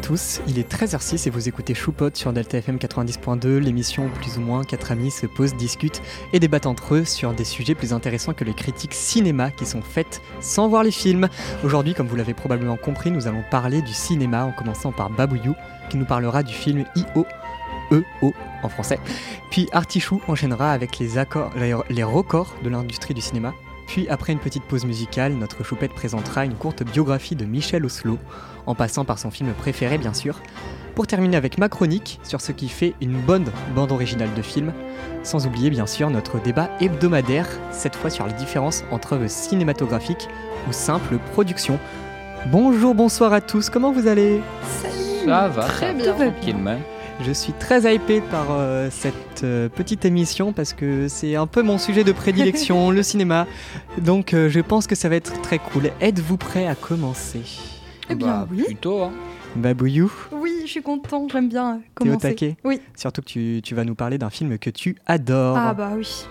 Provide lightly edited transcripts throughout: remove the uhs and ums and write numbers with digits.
tous, il est 13h06 et vous écoutez Choupot sur Delta FM 90.2, l'émission où plus ou moins 4 amis se posent, discutent et débattent entre eux sur des sujets plus intéressants que les critiques cinéma qui sont faites sans voir les films. Aujourd'hui, comme vous l'avez probablement compris, nous allons parler du cinéma en commençant par Babouyou qui nous parlera du film I.O. E.O. en français. Puis Artichou enchaînera avec les records de l'industrie du cinéma. Puis après une petite pause musicale, notre choupette présentera une courte biographie de Michel Oslo, en passant par son film préféré bien sûr, pour terminer avec ma chronique sur ce qui fait une bonne bande originale de film, sans oublier bien sûr notre débat hebdomadaire, cette fois sur les différences entre œuvres cinématographiques ou simples productions. Bonjour, bonsoir à tous, comment vous allez ? Salut. Ça va, très bien, bien. tranquillement. Je suis très hypé par cette petite émission parce que c'est un peu mon sujet de prédilection, le cinéma. Donc je pense que ça va être très cool. Êtes-vous prêts à commencer ? Eh bien oui. Plutôt, hein. Babouyou, Oui, je suis content, j'aime bien t'es au commencer. taquet ? Oui. Surtout que tu vas nous parler d'un film que tu adores. Ah bah oui.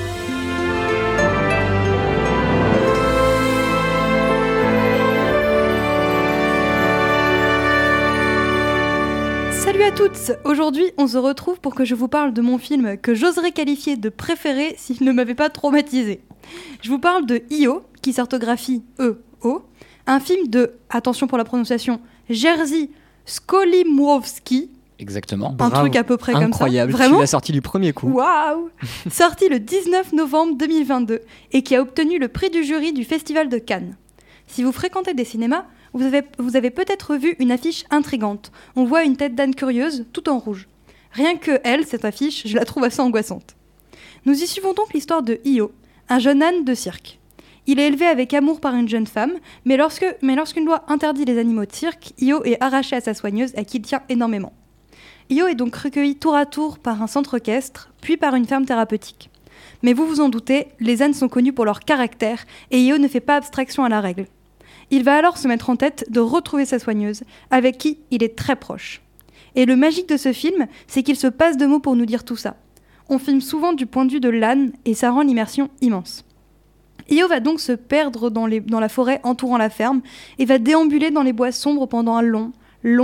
Salut à toutes. Aujourd'hui, on se retrouve pour que je vous parle de mon film que j'oserais qualifier de préféré s'il ne m'avait pas traumatisé. Je vous parle de I.O., qui s'orthographie E-O, un film de, attention pour la prononciation, Jerzy Skolimowski, Exactement. un Bravo. truc à peu près Incroyable, comme ça. Vraiment ? tu l'as sorti du premier coup. Waouh. Sorti le 19 novembre 2022 et qui a obtenu le prix du jury du Festival de Cannes. Si vous fréquentez des cinémas, vous avez peut-être vu une affiche intrigante. On voit une tête d'âne curieuse, tout en rouge. Rien que elle, cette affiche, je la trouve assez angoissante. Nous y suivons donc l'histoire de I.O., un jeune âne de cirque. Il est élevé avec amour par une jeune femme, mais lorsqu'une loi interdit les animaux de cirque, I.O. est arraché à sa soigneuse, à qui il tient énormément. I.O. est donc recueilli tour à tour par un centre équestre, puis par une ferme thérapeutique. Mais vous vous en doutez, les ânes sont connus pour leur caractère, et I.O. ne fait pas abstraction à la règle. Il va alors se mettre en tête de retrouver sa soigneuse, avec qui il est très proche. Et le magique de ce film, c'est qu'il se passe de mots pour nous dire tout ça. On filme souvent du point de vue de l'âne, et ça rend l'immersion immense. I.O. va donc se perdre dans la forêt entourant la ferme, et va déambuler dans les bois sombres pendant un long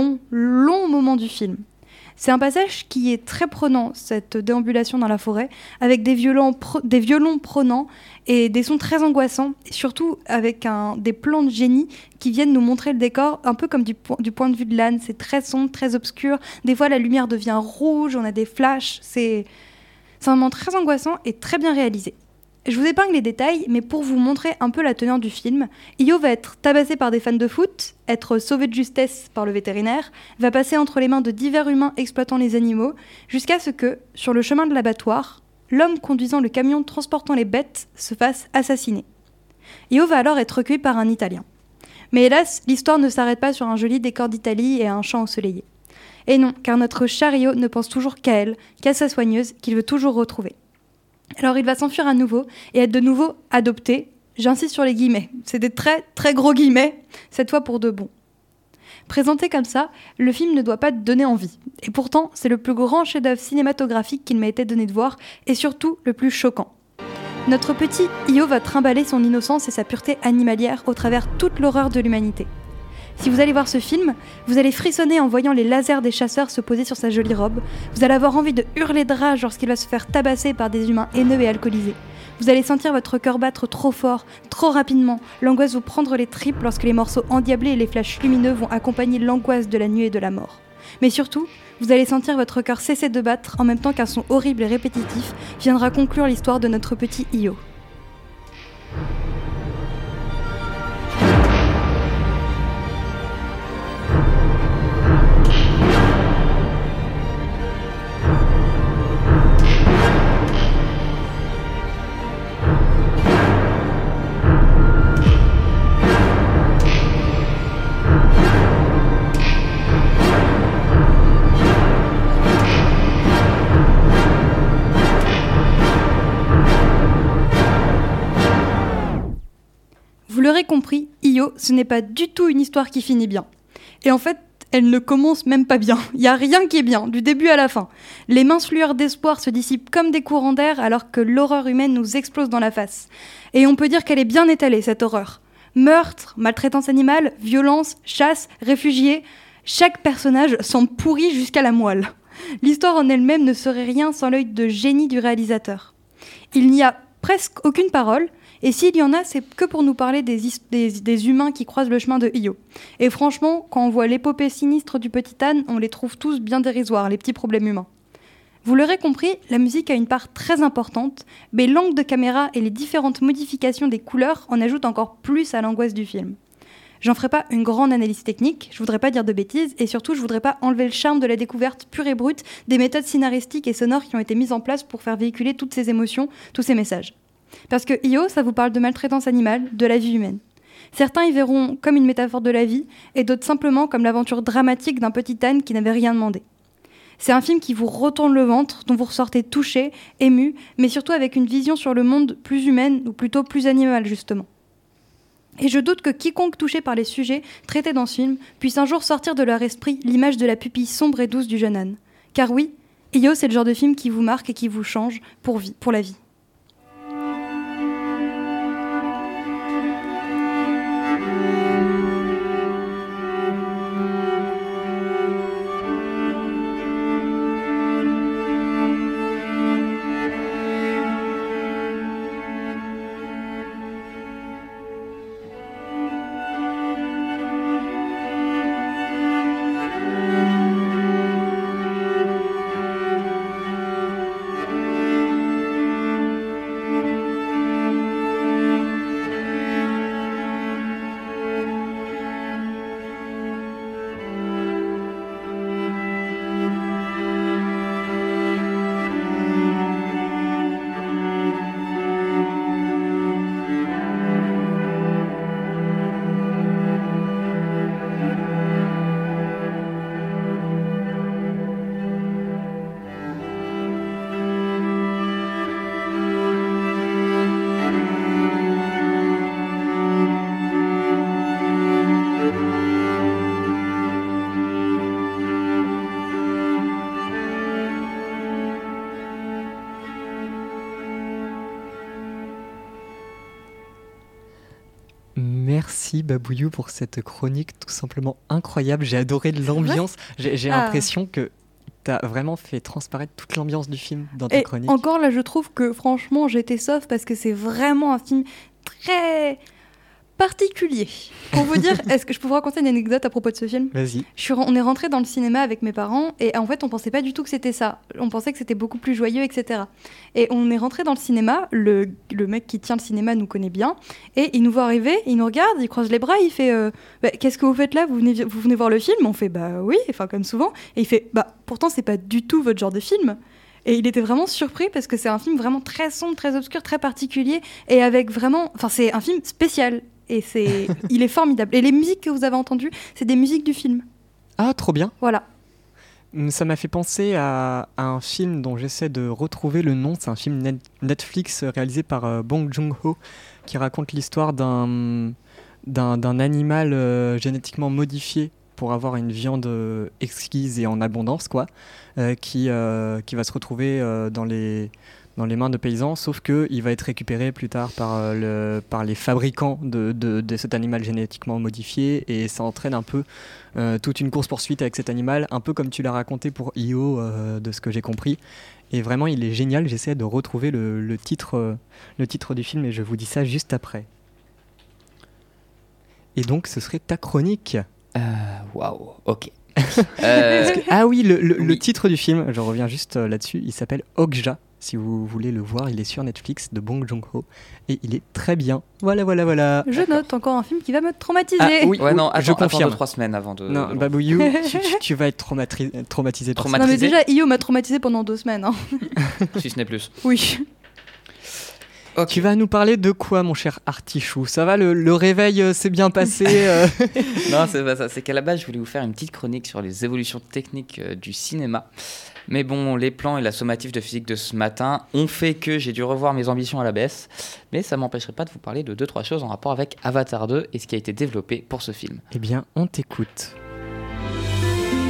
moment du film. C'est un passage qui est très prenant, cette déambulation dans la forêt, avec des violons prenants et des sons très angoissants, et surtout avec des plans de génie qui viennent nous montrer le décor, un peu comme du point de vue de l'âne. C'est très sombre, très obscur. Des fois, la lumière devient rouge, on a des flashs. C'est un moment très angoissant et très bien réalisé. Je vous épargne les détails, mais pour vous montrer un peu la teneur du film, I.O. va être tabassé par des fans de foot, être sauvé de justesse par le vétérinaire, va passer entre les mains de divers humains exploitant les animaux, jusqu'à ce que, sur le chemin de l'abattoir, l'homme conduisant le camion transportant les bêtes se fasse assassiner. I.O. va alors être recueilli par un Italien. Mais hélas, l'histoire ne s'arrête pas sur un joli décor d'Italie et un champ ensoleillé. Et non, car notre cher I.O. ne pense toujours qu'à elle, qu'à sa soigneuse, qu'il veut toujours retrouver. Alors il va s'enfuir à nouveau et être de nouveau adopté. J'insiste sur les guillemets, c'est des très très gros guillemets, cette fois pour de bon. Présenté comme ça, le film ne doit pas te donner envie. Et pourtant, c'est le plus grand chef-d'œuvre cinématographique qu'il m'a été donné de voir, et surtout le plus choquant. Notre petit I.O. va trimballer son innocence et sa pureté animalière au travers toute l'horreur de l'humanité. Si vous allez voir ce film, vous allez frissonner en voyant les lasers des chasseurs se poser sur sa jolie robe. Vous allez avoir envie de hurler de rage lorsqu'il va se faire tabasser par des humains haineux et alcoolisés. Vous allez sentir votre cœur battre trop fort, trop rapidement, l'angoisse vous prendre les tripes lorsque les morceaux endiablés et les flashs lumineux vont accompagner l'angoisse de la nuit et de la mort. Mais surtout, vous allez sentir votre cœur cesser de battre en même temps qu'un son horrible et répétitif viendra conclure l'histoire de notre petit I.O. Vous l'aurez compris, I.O., ce n'est pas du tout une histoire qui finit bien. Et en fait, elle ne commence même pas bien. Il n'y a rien qui est bien, du début à la fin. Les minces lueurs d'espoir se dissipent comme des courants d'air alors que l'horreur humaine nous explose dans la face. Et on peut dire qu'elle est bien étalée, cette horreur. Meurtre, maltraitance animale, violence, chasse, réfugiés. Chaque personnage semble pourri jusqu'à la moelle. L'histoire en elle-même ne serait rien sans l'œil de génie du réalisateur. Il n'y a presque aucune parole, et s'il y en a, c'est que pour nous parler des humains qui croisent le chemin de Io. Et franchement, quand on voit l'épopée sinistre du petit âne, on les trouve tous bien dérisoires, les petits problèmes humains. Vous l'aurez compris, la musique a une part très importante, mais l'angle de caméra et les différentes modifications des couleurs en ajoutent encore plus à l'angoisse du film. J'en ferai pas une grande analyse technique, je voudrais pas dire de bêtises, et surtout je voudrais pas enlever le charme de la découverte pure et brute des méthodes scénaristiques et sonores qui ont été mises en place pour faire véhiculer toutes ces émotions, tous ces messages. Parce que Io, ça vous parle de maltraitance animale, de la vie humaine. Certains y verront comme une métaphore de la vie, et d'autres simplement comme l'aventure dramatique d'un petit âne qui n'avait rien demandé. C'est un film qui vous retourne le ventre, dont vous ressortez touché, ému, mais surtout avec une vision sur le monde plus humaine, ou plutôt plus animale justement. Et je doute que quiconque touché par les sujets traités dans ce film puisse un jour sortir de leur esprit l'image de la pupille sombre et douce du jeune âne. Car oui, Io, c'est le genre de film qui vous marque et qui vous change pour la vie. Merci Babouillou pour cette chronique tout simplement incroyable. J'ai adoré l'ambiance. J'ai l'impression que tu as vraiment fait transparaître toute l'ambiance du film dans ta chronique. Encore là, je trouve que franchement, j'étais sauf parce que c'est vraiment un film très particulier. Pour vous dire, est-ce que je peux vous raconter une anecdote à propos de ce film ? Vas-y. On est rentré dans le cinéma avec mes parents et en fait, on pensait pas du tout que c'était ça. On pensait que c'était beaucoup plus joyeux, etc. Et on est rentré dans le cinéma. Le mec qui tient le cinéma nous connaît bien et il nous voit arriver, il nous regarde, il croise les bras, il fait qu'est-ce que vous faites là ? Vous venez voir le film ? On fait bah oui, enfin comme souvent. Et il fait pourtant c'est pas du tout votre genre de film. Et il était vraiment surpris parce que c'est un film vraiment très sombre, très obscur, très particulier et avec vraiment, enfin c'est un film spécial. Et il est formidable. Et les musiques que vous avez entendues, c'est des musiques du film. Ah, trop bien. Voilà. Ça m'a fait penser à un film dont j'essaie de retrouver le nom. C'est un film Netflix réalisé par Bong Joon-ho qui raconte l'histoire d'un animal génétiquement modifié pour avoir une viande exquise et en abondance, quoi, qui va se retrouver dans les mains de paysans, sauf qu'il va être récupéré plus tard par les fabricants de cet animal génétiquement modifié, et ça entraîne un peu toute une course-poursuite avec cet animal, un peu comme tu l'as raconté pour Io, de ce que j'ai compris. Et vraiment, il est génial. J'essaie de retrouver le titre du film, et je vous dis ça juste après. Et donc, ce serait ta chronique. Waouh, ok. Ah oui, oui. le titre du film, je reviens juste là-dessus, il s'appelle Okja. Si vous voulez le voir, il est sur Netflix de Bong Joon-ho et il est très bien. Voilà. Je note encore un film qui va me traumatiser. Ah, oui, ouais, non, je confirme. Attends 2-3 semaines avant de... Non, Babouillou, tu vas être traumatisé. Non mais déjà, Io m'a traumatisé pendant 2 semaines. Hein. Si ce n'est plus. Oui. Okay. Tu vas nous parler de quoi, mon cher Artichou ? Ça va, le réveil s'est bien passé Non, c'est pas ça. C'est qu'à la base, je voulais vous faire une petite chronique sur les évolutions techniques du cinéma. Mais bon, les plans et la sommative de physique de ce matin ont fait que j'ai dû revoir mes ambitions à la baisse. Mais ça ne m'empêcherait pas de vous parler de 2-3 choses en rapport avec Avatar 2 et ce qui a été développé pour ce film. Eh bien, on t'écoute.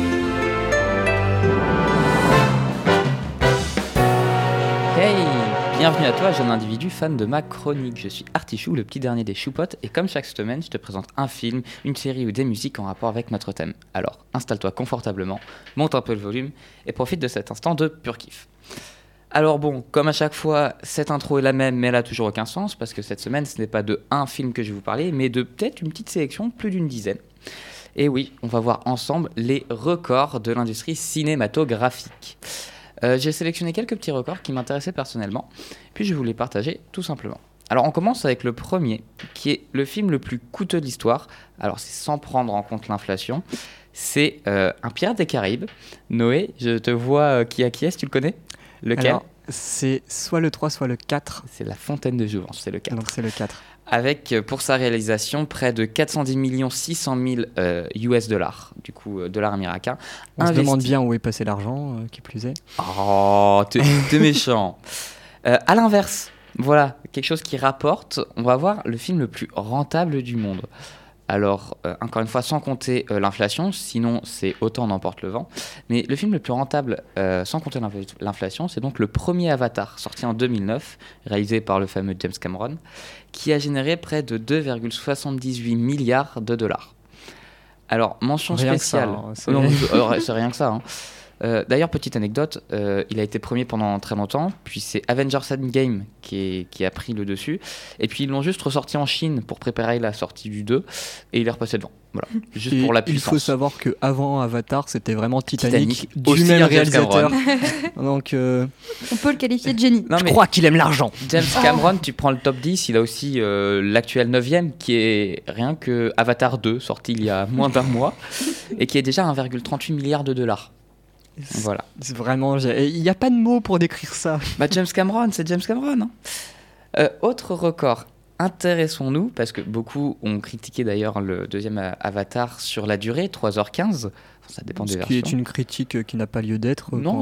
Hey, Bienvenue à toi, jeune individu fan de ma chronique. Je suis Artichou, le petit dernier des choupottes, et comme chaque semaine, je te présente un film, une série ou des musiques en rapport avec notre thème. Alors, installe-toi confortablement, monte un peu le volume, et profite de cet instant de pur kiff. Alors bon, comme à chaque fois, cette intro est la même, mais elle a toujours aucun sens, parce que cette semaine, ce n'est pas de un film que je vais vous parler, mais de peut-être une petite sélection, plus d'une dizaine. Et oui, on va voir ensemble les records de l'industrie cinématographique. J'ai sélectionné quelques petits records qui m'intéressaient personnellement, puis je vais vous les partager tout simplement. Alors on commence avec le premier, qui est le film le plus coûteux de l'histoire. Alors c'est sans prendre en compte l'inflation. C'est un Pirate des Caraïbes. Noé, je te vois qui est, tu le connais ? Lequel ? Alors, c'est soit le 3, soit le 4. C'est La Fontaine de Jouvence, c'est le 4. Donc c'est le 4. Avec, pour sa réalisation, près de 410 600 000 US dollars, du coup, dollars américains. On se demande bien où est passé l'argent, qui plus est. Oh, t'es méchant. À l'inverse, voilà, quelque chose qui rapporte, on va voir le film le plus rentable du monde. Alors, encore une fois, sans compter l'inflation, sinon c'est autant n'emporte le vent. Mais le film le plus rentable, sans compter l'inflation, c'est donc le premier Avatar, sorti en 2009, réalisé par le fameux James Cameron, qui a généré près de 2,78 milliards de dollars. Alors, mention Rien spéciale. Que ça, hein, C'est rien que ça. Hein. D'ailleurs, petite anecdote, il a été premier pendant très longtemps, puis c'est Avengers Endgame qui a pris le dessus, et puis ils l'ont juste ressorti en Chine pour préparer la sortie du 2, et il est repassé devant. Voilà, juste et pour la puissance. Il faut savoir qu'avant Avatar, c'était vraiment Titanic du aussi même un réalisateur. Donc, On peut le qualifier de génie. Non, je crois qu'il aime l'argent. James Cameron, tu prends le top 10, il a aussi l'actuel 9e, qui est rien que Avatar 2, sorti il y a moins d'un mois, et qui est déjà 1,38 milliard de dollars. Voilà. C'est vraiment, il n'y a pas de mots pour décrire ça. Bah James Cameron, c'est James Cameron. Hein. Autre record, intéressons-nous, parce que beaucoup ont critiqué d'ailleurs le deuxième Avatar sur la durée, 3h15. Ça dépend des versions. Ce qui est une critique qui n'a pas lieu d'être. Non,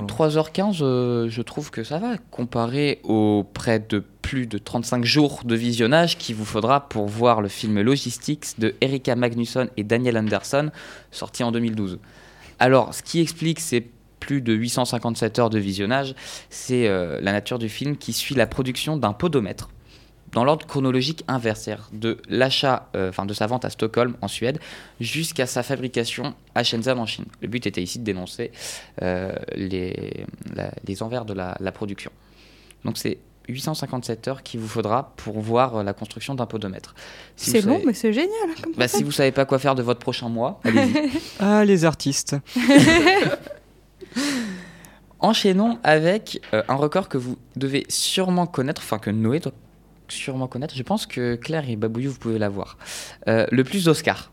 3h15, je trouve que ça va, comparé aux près de plus de 35 jours de visionnage qu'il vous faudra pour voir le film Logistics de Erika Magnusson et Daniel Anderson, sorti en 2012. Alors, ce qui explique ces plus de 857 heures de visionnage, c'est la nature du film qui suit la production d'un podomètre dans l'ordre chronologique inverse, de l'achat, de sa vente à Stockholm en Suède jusqu'à sa fabrication à Shenzhen en Chine. Le but était ici de dénoncer les envers de la production. Donc c'est 857 heures qu'il vous faudra pour voir la construction d'un podomètre. C'est long, mais c'est génial. Si vous savez pas quoi faire de votre prochain mois, allez-y. Ah, les artistes. Enchaînons avec un record que vous devez sûrement connaître, enfin que Noé doit sûrement connaître. Je pense que Claire et Babouillou, vous pouvez l'avoir. Le plus d'Oscars.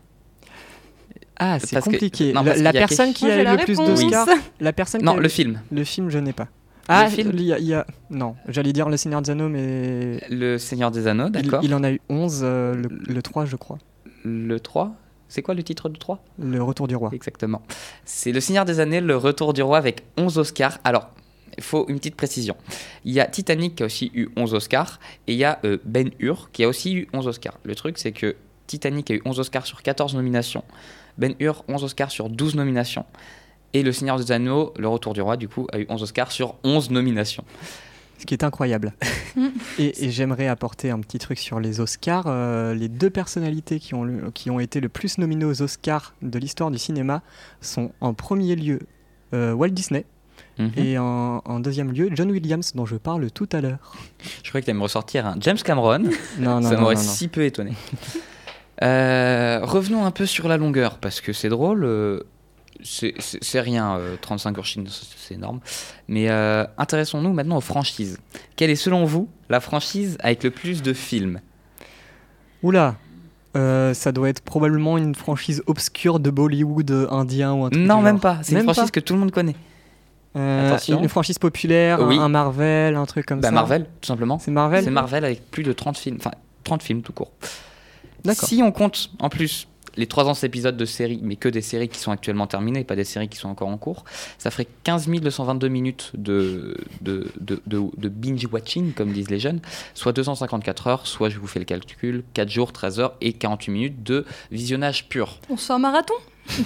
Ah, c'est parce compliqué. Que, non, la personne qui a eu le plus d'Oscars. La personne non, qui a le film. Le film, je n'ai pas. Ah, le film. Il y a... Non, j'allais dire Le Seigneur des Anneaux, mais... Le Seigneur des Anneaux, d'accord. Il en a eu 11, le 3, je crois. Le 3 ? C'est quoi le titre du 3 ? Le Retour du Roi. Exactement. C'est Le Seigneur des Anneaux, le Retour du Roi avec 11 Oscars. Alors, il faut une petite précision. Il y a Titanic qui a aussi eu 11 Oscars et il y a Ben-Hur qui a aussi eu 11 Oscars. Le truc, c'est que Titanic a eu 11 Oscars sur 14 nominations. Ben-Hur, 11 Oscars sur 12 nominations. Et Le Seigneur des Anneaux, le Retour du Roi, du coup, a eu 11 Oscars sur 11 nominations. Ce qui est incroyable. et j'aimerais apporter un petit truc sur les Oscars. Les deux personnalités qui ont été le plus nominées aux Oscars de l'histoire du cinéma sont en premier lieu Walt Disney et en deuxième lieu John Williams, dont je parle tout à l'heure. Je croyais que tu allais me ressortir un James Cameron. Non, ça m'aurait si peu étonné. Revenons un peu sur la longueur, parce que c'est drôle. C'est rien, 35 heures Chine, c'est énorme. Mais intéressons-nous maintenant aux franchises. Quelle est selon vous la franchise avec le plus de films ? Oula, ça doit être probablement une franchise obscure de Bollywood indien ou un truc Non, du même genre. pas. C'est une franchise que tout le monde connaît. Attention. Une franchise populaire, Oui. un Marvel, un truc comme ça. Marvel, tout simplement. C'est Marvel ? C'est Marvel avec plus de 30 films. Enfin, 30 films tout court. D'accord. Si on compte en plus les 300 épisodes de séries, mais que des séries qui sont actuellement terminées, pas des séries qui sont encore en cours, ça ferait 15 222 minutes de binge-watching, comme disent les jeunes, soit 254 heures, soit, je vous fais le calcul, 4 jours, 13 heures et 48 minutes de visionnage pur. On se fait un marathon ?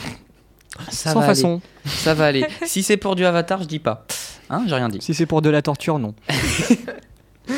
Sans façon. Ça va aller. Si c'est pour du Avatar, je dis pas. Hein, j'ai rien dit. Si c'est pour de la torture, non.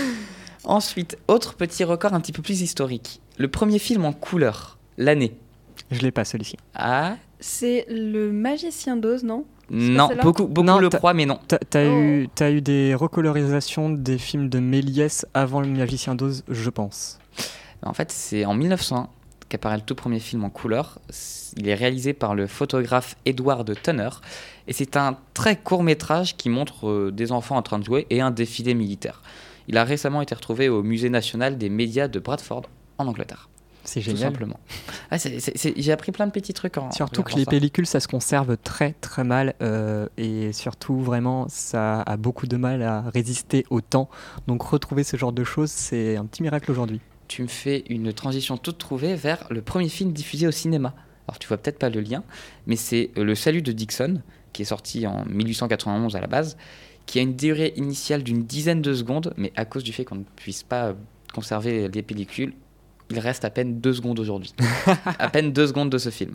Ensuite, autre petit record un petit peu plus historique. Le premier film en couleur, l'année. Je l'ai pas celui-ci. Ah C'est le Magicien d'Oz, non? non, celle-là beaucoup Non, le croient, mais non. T'as eu des recolorisations des films de Méliès avant Le Magicien d'Oz, je pense. En fait, c'est en 1901 qu'apparaît le tout premier film en couleur. Il est réalisé par le photographe Edward Turner. Et c'est un très court métrage qui montre des enfants en train de jouer et un défilé militaire. Il a récemment été retrouvé au Musée national des médias de Bradford, en Angleterre. C'est Tout génial. simplement. Ah, j'ai appris plein de petits trucs en Surtout que regardant les ça. pellicules, ça se conserve très très mal et surtout vraiment, ça a beaucoup de mal à résister au temps. Donc retrouver ce genre de choses, c'est un petit miracle aujourd'hui. Tu me fais une transition toute trouvée vers le premier film diffusé au cinéma. Alors tu vois peut-être pas le lien, mais c'est Le Salut de Dixon, qui est sorti en 1891 à la base, qui a une durée initiale d'une dizaine de secondes, mais à cause du fait qu'on ne puisse pas conserver les pellicules, il reste à peine 2 secondes aujourd'hui. À peine 2 secondes de ce film.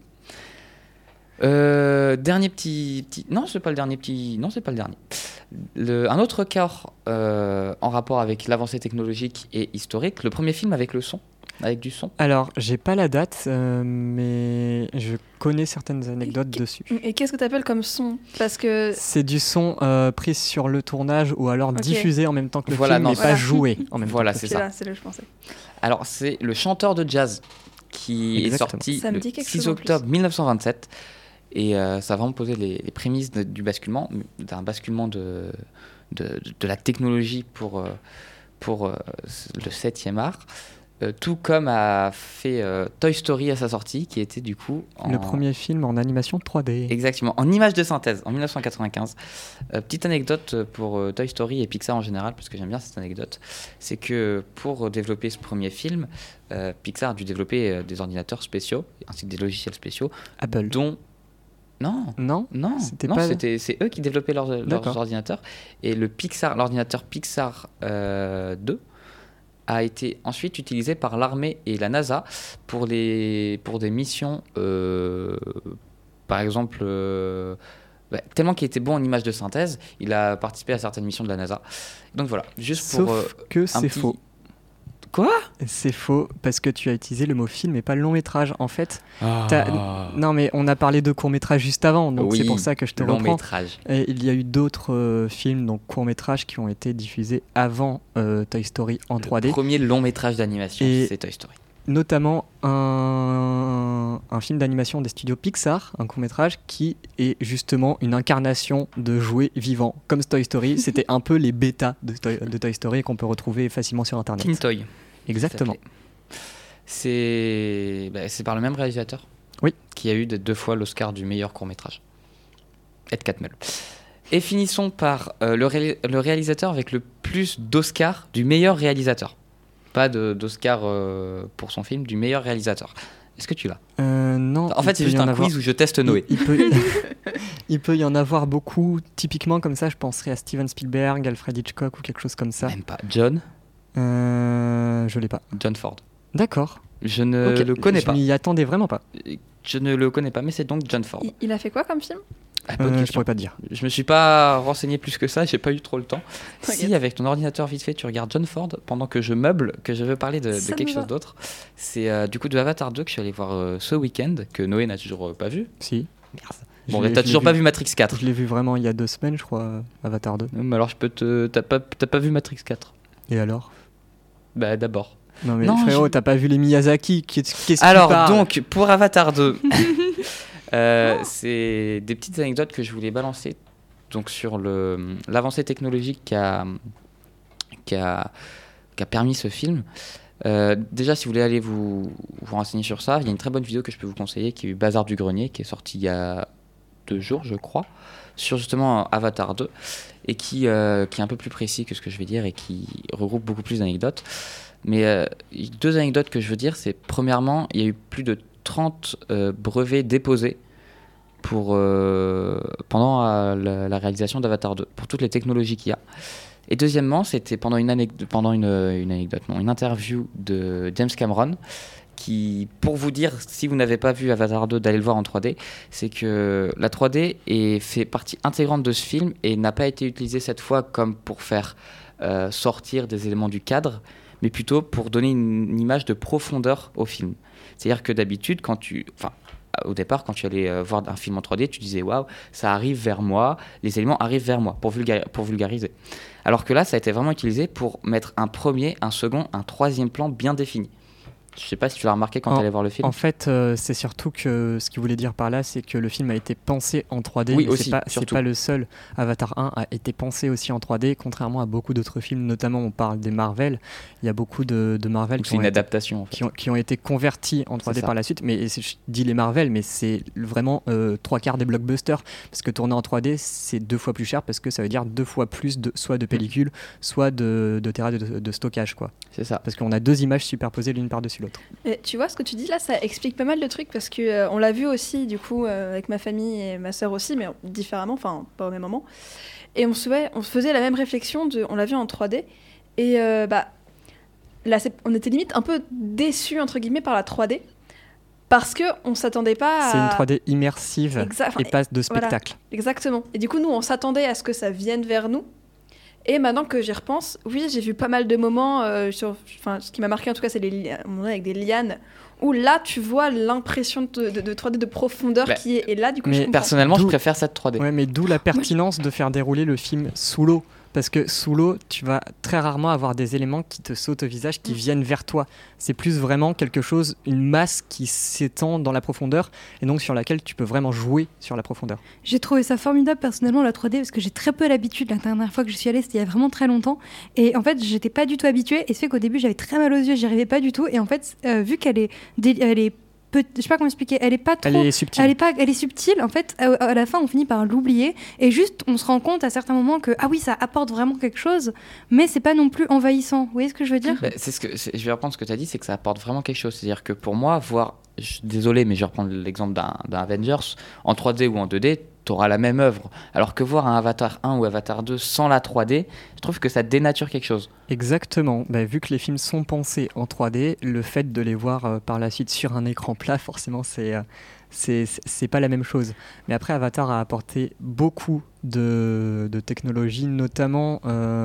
Dernier petit... Non, c'est pas le dernier petit... Non, c'est pas le dernier. Un autre record en rapport avec l'avancée technologique et historique, le premier film avec le son, avec du son. Alors, j'ai pas la date, mais je connais certaines anecdotes dessus. Et qu'est-ce que tu appelles comme son? Parce que C'est du son pris sur le tournage ou alors Ok. diffusé en même temps que le Voilà, film, non, mais voilà. pas joué en même Voilà, temps. c'est c'est ça. là, c'est là que je pensais. Alors, c'est le chanteur de jazz qui Exactement. est sorti Ça me le dit quelque 6 chose en plus. octobre 1927. Et ça a vraiment posé les prémices du basculement, d'un basculement de la technologie pour le 7e art. Tout comme a fait Toy Story à sa sortie, qui était du coup Le premier film en animation 3D. Exactement, en image de synthèse, en 1995. Petite anecdote pour Toy Story et Pixar en général, parce que j'aime bien cette anecdote, c'est que pour développer ce premier film, Pixar a dû développer des ordinateurs spéciaux, ainsi que des logiciels spéciaux, Apple. dont... Non, Non non, C'était non, pas- c'est eux qui développaient leurs D'accord. ordinateurs. Et l'ordinateur Pixar 2 a été ensuite utilisé par l'armée et la NASA pour des missions, par exemple, tellement qu'il était bon en image de synthèse, il a participé à certaines missions de la NASA. Donc voilà, juste pour... Sauf que c'est petit- faux. Quoi? C'est faux parce que tu as utilisé le mot film et pas le long métrage. En fait, Ah. non mais on a parlé de court métrage juste avant, donc Oui, c'est pour ça que je te long reprends. métrage. Et il y a eu d'autres films, donc court métrages, qui ont été diffusés avant Toy Story en 3D, Le premier long métrage d'animation, Et- c'est Toy Story. notamment un film d'animation des studios Pixar, un court métrage qui est justement une incarnation de jouets vivants, comme Toy Story. C'était un peu les bêtas de Toy Story qu'on peut retrouver facilement sur Internet. Teen Toy. Exactement. C'est par le même réalisateur. Oui. Qui a eu 2 fois l'Oscar du meilleur court-métrage. Ed Catmull. Et finissons par le réalisateur avec le plus d'Oscars du meilleur réalisateur. Pas d'Oscar pour son film, du meilleur réalisateur. Est-ce que tu l'as? Non. En fait, il c'est peut juste y en un avoir- quiz où je teste Noé. Il peut y en avoir beaucoup. Typiquement, comme ça, je penserais à Steven Spielberg, Alfred Hitchcock ou quelque chose comme ça. Même pas. John Je l'ai pas. John Ford. D'accord. Je ne Ok, le connais je pas. m'y attendais vraiment pas. Je ne le connais pas, mais c'est donc John Ford. Il a fait quoi comme film? Ah, bonne Je question. pourrais pas te dire. Je me suis pas renseigné plus que ça, j'ai pas eu trop le temps. T'inquiète. Si avec ton ordinateur vite fait tu regardes John Ford pendant que je meuble, que je veux parler de Ça quelque me chose va. d'autre, c'est du coup de Avatar 2 que je suis allé voir ce week-end, que Noé n'a toujours pas vu. Si. Merde. Je Bon, l'ai- t'as je l'ai toujours pas vu Matrix 4. Je l'ai vu vraiment il y a 2 semaines, je crois, Avatar 2. Mais alors t'as pas vu Matrix 4? Et alors? Bah d'abord. Non mais Non, frérot, je- t'as pas vu les Miyazaki? Qu'est-ce que tu Alors parles donc pour Avatar 2, c'est des petites anecdotes que je voulais balancer donc sur l'avancée technologique qui a permis ce film. Déjà, si vous voulez aller vous renseigner sur ça, il y a une très bonne vidéo que je peux vous conseiller qui est Bazar du Grenier, qui est sortie il y a 2 jours, je crois, sur justement Avatar 2, et qui est un peu plus précis que ce que je vais dire et qui regroupe beaucoup plus d'anecdotes. Mais 2 anecdotes que je veux dire, c'est premièrement, il y a eu plus de 30 brevets déposés pendant la réalisation d'Avatar 2, pour toutes les technologies qu'il y a. Et deuxièmement, c'était pendant une interview de James Cameron, qui, pour vous dire, si vous n'avez pas vu Avatar 2, d'aller le voir en 3D, c'est que la 3D fait partie intégrante de ce film et n'a pas été utilisée cette fois comme pour faire sortir des éléments du cadre, mais plutôt pour donner une image de profondeur au film. C'est-à-dire que d'habitude, au départ, quand tu allais voir un film en 3D, tu disais waouh, ça arrive vers moi, les éléments arrivent vers moi, pour vulgariser. Alors que là, ça a été vraiment utilisé pour mettre un premier, un second, un troisième plan bien défini. Je sais pas si tu l'as remarqué quand tu allais voir le film. En fait, c'est surtout que ce qu'il voulait dire par là, c'est que le film a été pensé en 3D. Oui, mais aussi, c'est pas le seul. Avatar 1 a été pensé aussi en 3D, contrairement à beaucoup d'autres films. Notamment, on parle des Marvel. Il y a beaucoup de Marvel c'est une adaptation, en fait. qui ont été convertis en 3D par la suite. Mais je dis les Marvel, mais c'est vraiment 3/4 des blockbusters. Parce que tourner en 3D, c'est 2 fois plus cher, parce que ça veut dire 2 fois plus soit de pellicule, soit de terrain de stockage, quoi. C'est ça. Parce qu'on a 2 images superposées l'une par-dessus l'autre. Et tu vois, ce que tu dis là, ça explique pas mal de trucs parce que on l'a vu aussi, du coup, avec ma famille et ma sœur aussi, mais différemment, enfin, pas au même moment. Et on faisait la même réflexion, on l'a vu en 3D. Et là, on était limite un peu déçus, entre guillemets, par la 3D. Parce qu'on s'attendait pas à... C'est une 3D immersive et pas de spectacle. Voilà, exactement. Et du coup, nous, on s'attendait à ce que ça vienne vers nous. Et maintenant que j'y repense, oui, j'ai vu pas mal de moments, ce qui m'a marqué en tout cas, c'est un moment avec des lianes, où là, tu vois l'impression de 3D de profondeur qui est... Et là, du coup, je comprends. Personnellement, je préfère cette 3D. Ouais, mais d'où la pertinence de faire dérouler le film sous l'eau. Parce que sous l'eau, tu vas très rarement avoir des éléments qui te sautent au visage, qui viennent vers toi. C'est plus vraiment quelque chose, une masse qui s'étend dans la profondeur et donc sur laquelle tu peux vraiment jouer sur la profondeur. J'ai trouvé ça formidable personnellement la 3D parce que j'ai très peu l'habitude. La dernière fois que je suis allée, c'était il y a vraiment très longtemps. Et en fait, j'étais pas du tout habituée. Et c'est fait qu'au début, j'avais très mal aux yeux, j'y arrivais pas du tout. Et en fait, vu qu'elle est je sais pas comment expliquer, elle est pas trop, elle est subtile. Elle est subtile. En fait, à la fin, on finit par l'oublier et juste, on se rend compte à certains moments que ah oui, ça apporte vraiment quelque chose, mais c'est pas non plus envahissant. Vous voyez ce que je veux dire ? Je vais reprendre ce que tu as dit, c'est que ça apporte vraiment quelque chose. C'est-à-dire que pour moi, désolé, mais je vais reprendre l'exemple d'un Avengers en 3D ou en 2D. T'auras la même œuvre. Alors que voir un Avatar 1 ou Avatar 2 sans la 3D, je trouve que ça dénature quelque chose. Exactement. Vu que les films sont pensés en 3D, le fait de les voir par la suite sur un écran plat, forcément, c'est pas la même chose. Mais après, Avatar a apporté beaucoup de technologies, notamment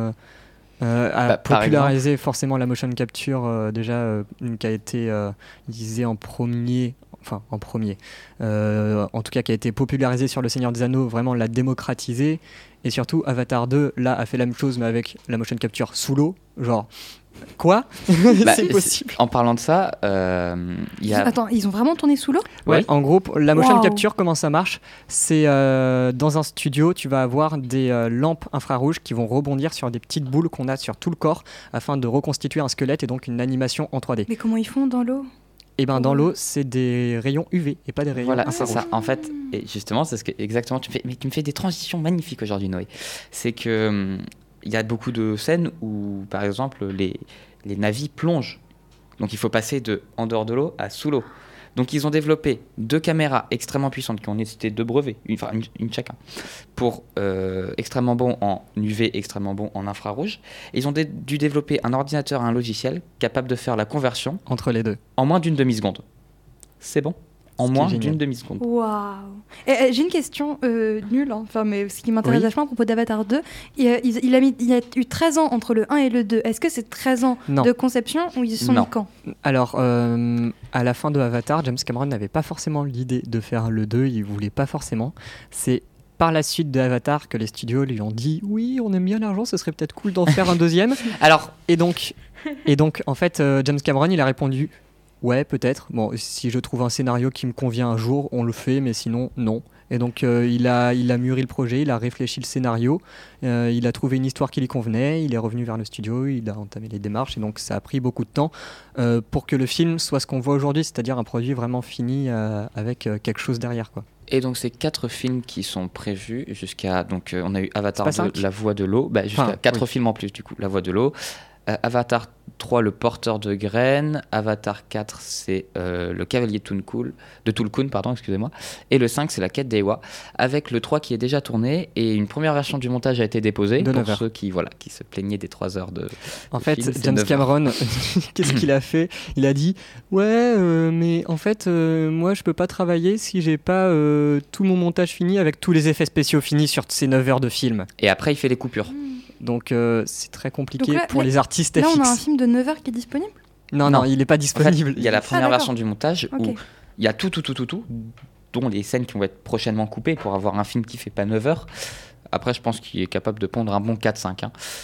a popularisé forcément la motion capture, qui a été utilisée en premier. En tout cas qui a été popularisé sur Le Seigneur des Anneaux, vraiment l'a démocratisé. Et surtout Avatar 2 là a fait la même chose mais avec la motion capture sous l'eau, genre quoi. C'est possible. En parlant de ça, Attends, ils ont vraiment tourné sous l'eau ? Ouais, en gros, la motion capture, comment ça marche ? C'est dans un studio, tu vas avoir des lampes infrarouges qui vont rebondir sur des petites boules qu'on a sur tout le corps afin de reconstituer un squelette et donc une animation en 3D. Mais comment ils font dans l'eau ? Et dans l'eau, c'est des rayons UV et pas des rayons infrarouges. Voilà, c'est ça. En fait, et justement, c'est ce que exactement tu me fais des transitions magnifiques aujourd'hui, Noé. C'est que il y a beaucoup de scènes où, par exemple, les navires plongent. Donc, il faut passer en dehors de l'eau à sous l'eau. Donc, ils ont développé 2 caméras extrêmement puissantes qui ont nécessité 2 brevets, une chacun, pour extrêmement bon en UV, extrêmement bon en infrarouge. Et ils ont dû développer un ordinateur et un logiciel capable de faire la conversion entre les deux en moins d'une demi-seconde. C'est bon ? En moins d'une demi-seconde. Waouh. J'ai une question nulle, mais ce qui m'intéresse vachement à propos d'Avatar 2, il y a eu 13 ans entre le 1 et le 2. Est-ce que c'est 13 ans de conception ou ils sont mis quand ? Alors, à la fin de Avatar, James Cameron n'avait pas forcément l'idée de faire le 2, il voulait pas forcément. C'est par la suite de Avatar que les studios lui ont dit oui, on aime bien l'argent, ce serait peut-être cool d'en faire un deuxième. Et donc, en fait, James Cameron, il a répondu ouais, peut-être. Bon, si je trouve un scénario qui me convient un jour, on le fait, mais sinon, non. Et donc, il a mûri le projet, il a réfléchi le scénario, il a trouvé une histoire qui lui convenait, il est revenu vers le studio, il a entamé les démarches, et donc ça a pris beaucoup de temps pour que le film soit ce qu'on voit aujourd'hui, c'est-à-dire un produit vraiment fini avec quelque chose derrière, quoi. Et donc, c'est 4 films qui sont prévus jusqu'à... Donc, on a eu Avatar 2, La Voix de l'eau, jusqu'à 4 films en plus, du coup, La Voix de l'eau. Avatar 3, Le Porteur de Graines. Avatar 4, c'est Le Cavalier de Tulkun, excusez-moi. Et le 5, c'est La Quête d'Eywa, avec le 3 qui est déjà tourné et une première version du montage a été déposée pour ceux qui se plaignaient des 3 heures de fait, film, James Cameron, qu'est-ce qu'il a fait ? Il a dit ouais, mais en fait, moi je peux pas travailler si j'ai pas tout mon montage fini avec tous les effets spéciaux finis sur ces 9 heures de film. Et après, il fait les coupures. Donc c'est très compliqué Donc là, pour les artistes Là, on a un FX. film de 9 heures qui est disponible. Non, il n'est pas En fait, disponible. il y a la première d'accord. version du montage Ok. où il y a tout, dont les scènes qui vont être prochainement coupées pour avoir un film qui fait pas 9 heures. Après, je pense qu'il est capable de pondre un bon 4-5.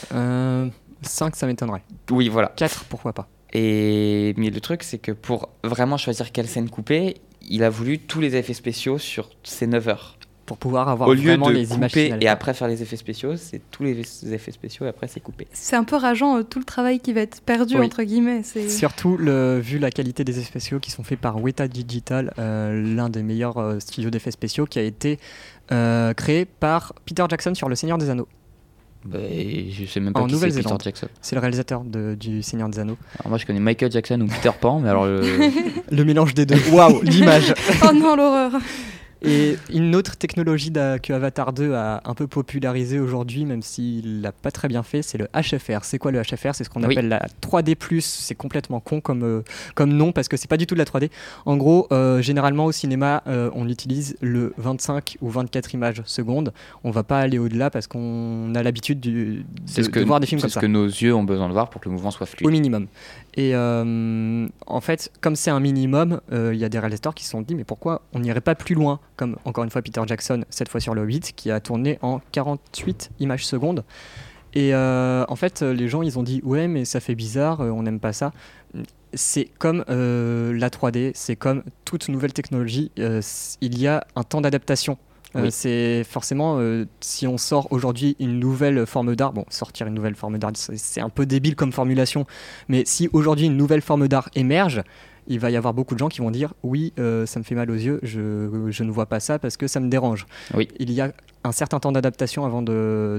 5, ça m'étonnerait. Oui, voilà. 4, pourquoi pas. Mais le truc, c'est que pour vraiment choisir quelle scène couper, il a voulu tous les effets spéciaux sur ces 9 heures. Pour pouvoir avoir Au lieu vraiment de les images couper finales. et après faire les effets spéciaux, c'est tous les effets spéciaux et après c'est coupé. C'est un peu rageant tout le travail qui va être perdu, Oui. entre guillemets. C'est... Surtout, vu la qualité des effets spéciaux qui sont faits par Weta Digital, l'un des meilleurs studios d'effets spéciaux qui a été créé par Peter Jackson sur Le Seigneur des Anneaux. Et je sais même pas En qui c'est Peter Nouvelle-Zélande. Jackson. C'est le réalisateur du Seigneur des Anneaux. Alors moi je connais Michael Jackson ou Peter Pan, mais alors Le mélange des deux. Waouh, l'image. Oh non, l'horreur. Et une autre technologie que Avatar 2 a un peu popularisé aujourd'hui, même s'il l'a pas très bien fait, c'est le HFR. C'est quoi le HFR ? C'est ce qu'on Oui. appelle la 3D+. C'est complètement con comme nom parce que c'est pas du tout de la 3D. En gros, généralement au cinéma, on utilise le 25 ou 24 images secondes. On va pas aller au-delà parce qu'on a l'habitude de voir des films comme c'est ça. ce que nos yeux ont besoin de voir pour que le mouvement soit Au fluide. minimum. Et en fait, comme c'est un minimum, il y a des réalisateurs qui se sont dit mais pourquoi on n'irait pas plus loin, comme encore une fois Peter Jackson, cette fois sur le 8, qui a tourné en 48 images secondes. Et en fait, les gens ils ont dit ouais mais ça fait bizarre, on n'aime pas ça. C'est comme la 3D, c'est comme toute nouvelle technologie, il y a un temps d'adaptation. Oui. C'est forcément, si on sort aujourd'hui une nouvelle forme d'art, bon, sortir une nouvelle forme d'art, c'est un peu débile comme formulation, mais si aujourd'hui une nouvelle forme d'art émerge, il va y avoir beaucoup de gens qui vont dire oui, ça me fait mal aux yeux, je ne vois pas ça parce que ça me dérange. Oui. Il y a un certain temps d'adaptation avant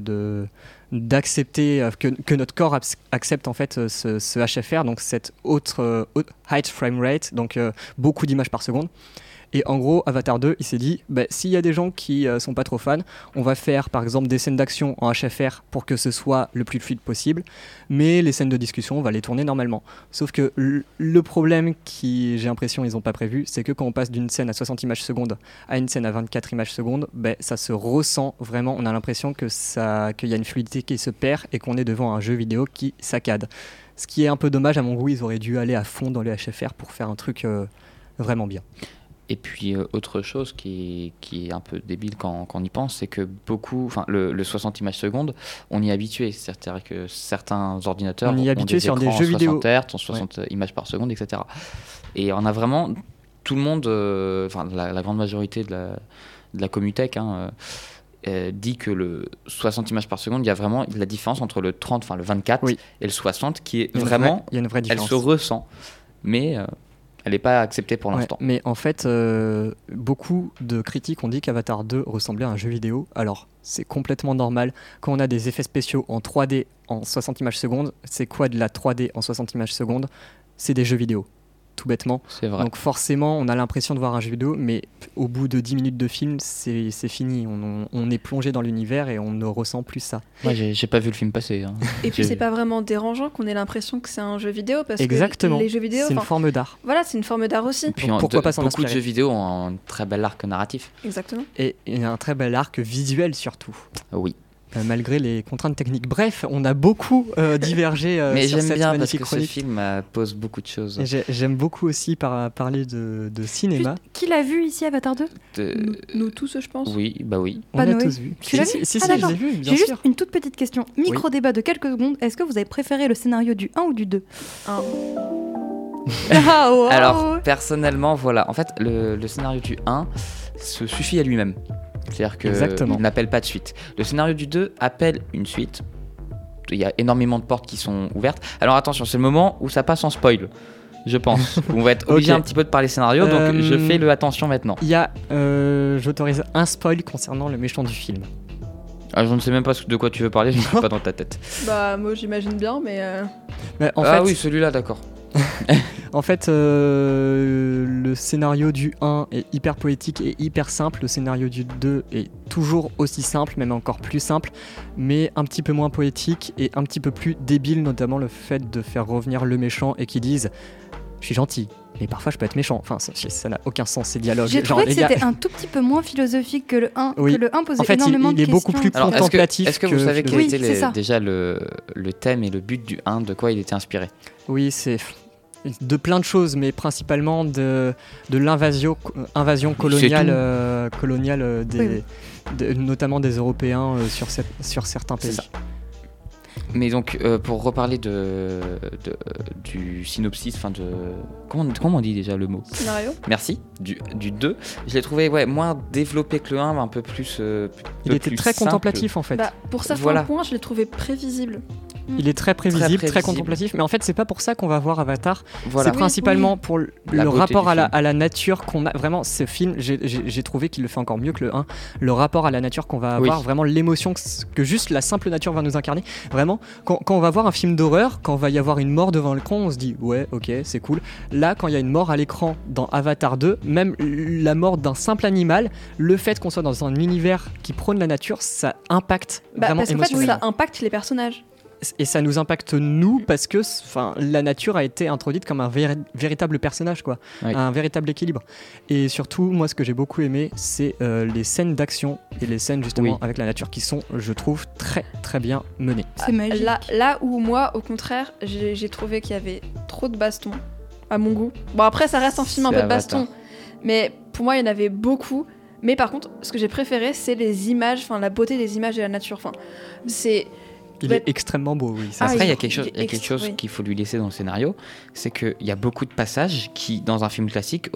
d'accepter que notre corps accepte en fait ce HFR, donc cette haute height frame rate, donc beaucoup d'images par seconde. Et en gros, Avatar 2, il s'est dit, s'il y a des gens qui sont pas trop fans, on va faire par exemple des scènes d'action en HFR pour que ce soit le plus fluide possible, mais les scènes de discussion, on va les tourner normalement. Sauf que le problème qui, j'ai l'impression, ils n'ont pas prévu, c'est que quand on passe d'une scène à 60 images secondes à une scène à 24 images secondes, ça se ressent vraiment, on a l'impression qu'il y a une fluidité qui se perd et qu'on est devant un jeu vidéo qui saccade. Ce qui est un peu dommage, à mon goût, ils auraient dû aller à fond dans les HFR pour faire un truc vraiment bien. Et puis autre chose qui est un peu débile quand on y pense, c'est que le 60 images secondes, on y est habitué. C'est-à-dire que certains ordinateurs on y est habitué sur des jeux vidéo. 60 Hz, en 60 images par seconde, etc. Et on a vraiment tout le monde, la grande majorité de la Comutech, dit que le 60 images par seconde, il y a vraiment la différence entre le 30, enfin le 24 Oui. et le 60 qui est Il y a une vraie elle différence. se ressent, mais elle n'est pas acceptée pour l'instant. Mais en fait, beaucoup de critiques ont dit qu'Avatar 2 ressemblait à un jeu vidéo. Alors, c'est complètement normal. Quand on a des effets spéciaux en 3D en 60 images secondes, c'est quoi de la 3D en 60 images secondes ? C'est des jeux vidéo, tout bêtement. C'est vrai. Donc forcément, on a l'impression de voir un jeu vidéo, mais au bout de 10 minutes de film, c'est fini. On est plongé dans l'univers et on ne ressent plus ça. Moi, j'ai pas vu le film passer. Et puis c'est pas vraiment dérangeant qu'on ait l'impression que c'est un jeu vidéo parce Exactement. que les jeux vidéo, C'est une forme d'art. voilà, c'est une forme d'art aussi. Puis Donc, pourquoi pas s'en beaucoup de inspirer. jeux vidéo ont un très bel arc narratif. Exactement. Et il y a un très bel arc visuel surtout. Oui. Malgré les contraintes techniques. Bref, on a beaucoup divergé Mais sur j'aime cette bien parce magnifique que ce chronique. film pose beaucoup de choses. Et j'aime beaucoup aussi parler de cinéma. Juste, qui l'a vu ici, Avatar 2 Nous tous, je pense. Oui, bah oui. On Pas l'a Noé. tous vu. Tu l'as Si, vu si, Ah, je d'accord. l'ai vu, bien J'ai sûr. juste une toute petite question. Micro-débat de quelques secondes. Est-ce que vous avez préféré le scénario du 1 ou du 2 Un. Ah, wow. Alors, personnellement, voilà. En fait, le scénario du 1 se suffit à lui-même. C'est-à-dire Exactement. qu'il n'appelle pas de suite. Le scénario du 2 appelle une suite. Il y a énormément de portes qui sont ouvertes. Alors attention, c'est le moment où ça passe en spoil, je pense. On va être obligé Ok. un petit peu de parler scénario, donc je fais le attention maintenant. Il y a, j'autorise un spoil concernant le méchant du film. Ah, je ne sais même pas de quoi tu veux parler, je ne suis pas dans ta tête. Bah moi j'imagine bien, mais Mais en Ah fait, oui, celui-là, d'accord. Le scénario du 1 est hyper poétique et hyper simple. Le scénario du 2 est toujours aussi simple, même encore plus simple, mais un petit peu moins poétique et un petit peu plus débile, notamment le fait de faire revenir le méchant et qu'ils disent je suis gentil, mais parfois je peux être méchant. Enfin, ça n'a aucun sens ces dialogues. J'ai trouvé que les gars, c'était un tout petit peu moins philosophique que le 1. Oui. Que le 1 posait En fait, énormément de il est questions. beaucoup plus Alors, contemplatif. est-ce que vous savez quel Oui, était c'est ça. déjà le thème et le but du 1, de quoi il était inspiré? Oui, c'est de plein de choses, mais principalement de l'invasion coloniale, notamment des Européens sur certains pays. C'est ça. Mais donc, pour reparler du synopsis, enfin de... Comment on dit déjà le mot? Scénario. Merci, du 2. Je l'ai trouvé moins développé que le 1, un peu plus Il était très contemplatif en fait. Bah, pour certains Voilà. points, je l'ai trouvé prévisible. Il est très prévisible, très prévisible. contemplatif, mais en fait c'est pas pour ça qu'on va voir Avatar. Voilà. C'est principalement pour le beauté rapport du film. à la nature qu'on a. Vraiment, ce film, j'ai trouvé qu'il le fait encore mieux que le 1. Le rapport à la nature qu'on va avoir, vraiment l'émotion que juste la simple nature va nous incarner. Vraiment, quand on va voir un film d'horreur, quand va y avoir une mort devant l'écran, on se dit ouais, ok, c'est cool. Là, quand il y a une mort à l'écran dans Avatar 2, même la mort d'un simple animal, le fait qu'on soit dans un univers qui prône la nature, ça impacte vraiment Parce qu'en fait, émotionnellement. ça impacte les personnages. Et ça nous impacte nous parce que la nature a été introduite comme un véritable personnage, quoi. Oui. Un véritable équilibre. Et surtout, moi ce que j'ai beaucoup aimé, c'est les scènes d'action et les scènes justement avec la nature qui sont, je trouve, très très bien menées. C'est magique. Là où moi, au contraire, j'ai trouvé qu'il y avait trop de bastons, à mon goût. Bon, après, ça reste un film un C'est peu de Avatar. baston, mais pour moi, il y en avait beaucoup. Mais par contre, ce que j'ai préféré, c'est les images, enfin la beauté des images de la nature. Enfin, c'est... Il Ouais. est extrêmement beau, oui. Ça, Après, Ah, il y a il- quelque chose, il- oui. qu'il faut lui laisser dans le scénario, c'est qu'il y a beaucoup de passages qui, dans un film classique,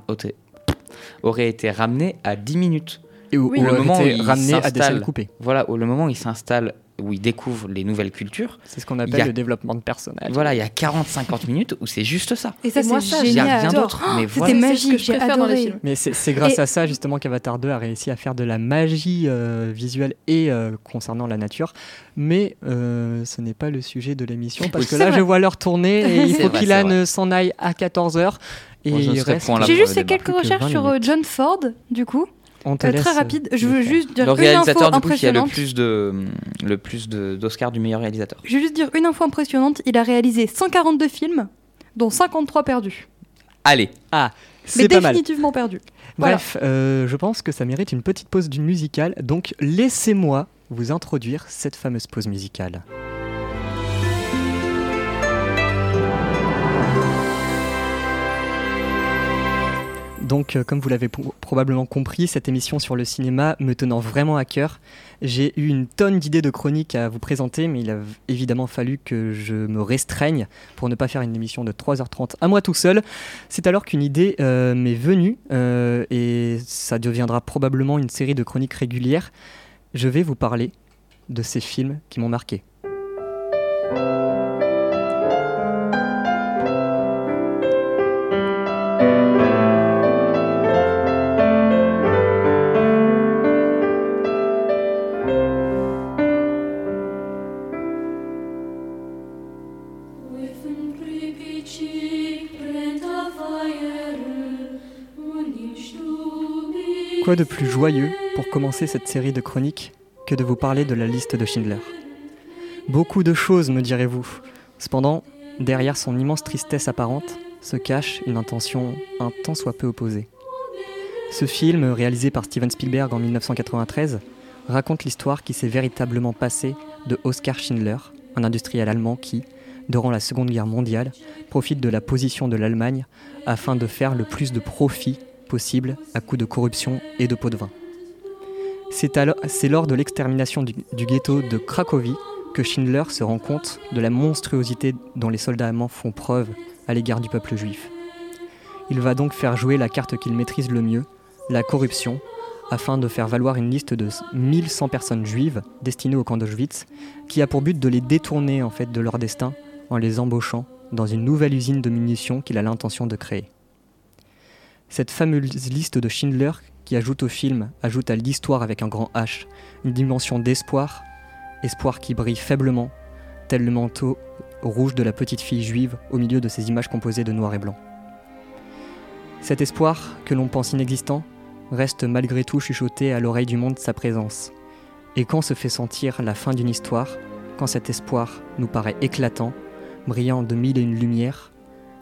auraient été ramenés à 10 minutes. et où, Oui. où Le on moment était où il ramené à des s'installe. scènes coupées. Voilà, au le moment où il s'installe, où il découvre les nouvelles cultures, C'est ce qu'on appelle Il y a- le développement de personnage. voilà, il y a 40-50 minutes où c'est juste ça. Et ça, Et moi, c'est ça, Il n'y a génial. rien j'adore. d'autre. Mais C'était voilà. C'est ce magique, que je j'ai préfère dans les adoré. films. Mais c'est grâce Et- à ça justement qu'Avatar 2 a réussi à faire de la magie visuelle et concernant la nature. Mais ce n'est pas le sujet de l'émission parce Oui, que c'est là vrai. je vois l'heure tourner et il C'est faut vrai, qu'Ilan c'est vrai. s'en aille à 14h. Et Moi, je ne il serai reste... point là J'ai pour juste le fait débat. quelques Plus que recherches 20 sur minutes. John Ford, du coup. On te laisse, Très rapide. Je veux le faire. juste dire Le une info réalisateur du coup qui a le impressionnante. plus d'Oscar du meilleur réalisateur. Je veux juste dire une info impressionnante. Il a réalisé 142 films, dont 53 perdus. Allez, Mais C'est pas mal. définitivement perdus. Voilà. Bref, je pense que ça mérite une petite pause musicale. Donc laissez-moi vous introduire cette fameuse pause musicale. Donc, comme vous l'avez probablement compris, cette émission sur le cinéma me tenant vraiment à cœur, j'ai eu une tonne d'idées de chroniques à vous présenter, mais il a évidemment fallu que je me restreigne pour ne pas faire une émission de 3h30 à moi tout seul. C'est alors qu'une idée m'est venue, et ça deviendra probablement une série de chroniques régulières. Je vais vous parler de ces films qui m'ont marqué. Quoi de plus joyeux pour commencer cette série de chroniques que de vous parler de la liste de Schindler? Beaucoup de choses, me direz-vous. Cependant, derrière son immense tristesse apparente, se cache une intention un tant soit peu opposée. Ce film, réalisé par Steven Spielberg en 1993, raconte l'histoire qui s'est véritablement passée de Oskar Schindler, un industriel allemand qui, durant la Seconde Guerre mondiale, profite de la position de l'Allemagne afin de faire le plus de profit possible à coup de corruption et de pots de vin. C'est lors de l'extermination du ghetto de Cracovie que Schindler se rend compte de la monstruosité dont les soldats allemands font preuve à l'égard du peuple juif. Il va donc faire jouer la carte qu'il maîtrise le mieux, la corruption, afin de faire valoir une liste de 1100 personnes juives destinées au camp d'Auschwitz, qui a pour but de les détourner en fait de leur destin en les embauchant dans une nouvelle usine de munitions qu'il a l'intention de créer. Cette fameuse liste de Schindler qui ajoute au film, ajoute à l'histoire avec un grand H, une dimension d'espoir, espoir qui brille faiblement, tel le manteau rouge de la petite fille juive au milieu de ces images composées de noir et blanc. Cet espoir, que l'on pense inexistant, reste malgré tout chuchoté à l'oreille du monde sa présence. Et quand se fait sentir la fin d'une histoire, quand cet espoir nous paraît éclatant, brillant de mille et une lumières,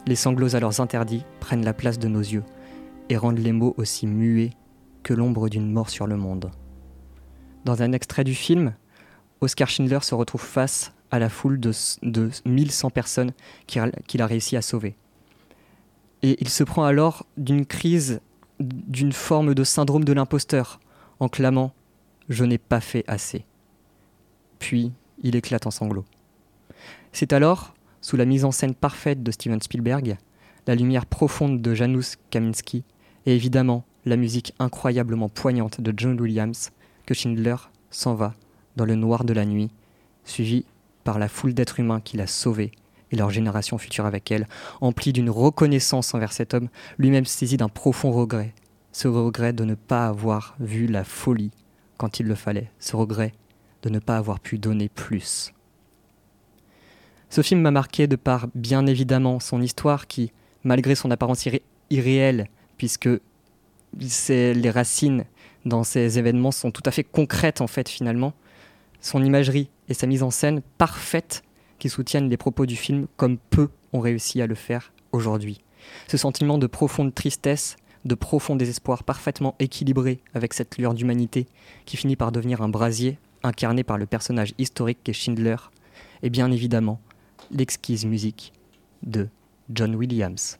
Les sanglots alors interdits prennent la place de nos yeux et rendent les mots aussi muets que l'ombre d'une mort sur le monde. Dans un extrait du film, Oskar Schindler se retrouve face à la foule de 1100 personnes qu'il a réussi à sauver. Et il se prend alors d'une crise, d'une forme de syndrome de l'imposteur, en clamant « Je n'ai pas fait assez ». Puis, il éclate en sanglots. C'est alors, sous la mise en scène parfaite de Steven Spielberg, la lumière profonde de Janusz Kaminski et évidemment la musique incroyablement poignante de John Williams, que Schindler s'en va dans le noir de la nuit, suivi par la foule d'êtres humains qu'il a sauvés et leur génération future avec elle, empli d'une reconnaissance envers cet homme, lui-même saisi d'un profond regret. Ce regret de ne pas avoir vu la folie quand il le fallait, ce regret de ne pas avoir pu donner plus. Ce film m'a marqué de par, bien évidemment, son histoire qui, malgré son apparence irréelle, puisque les racines dans ces événements sont tout à fait concrètes en fait finalement, son imagerie et sa mise en scène parfaite qui soutiennent les propos du film comme peu ont réussi à le faire aujourd'hui. Ce sentiment de profonde tristesse, de profond désespoir parfaitement équilibré avec cette lueur d'humanité qui finit par devenir un brasier incarné par le personnage historique qu'est Schindler et bien évidemment l'exquise musique de John Williams.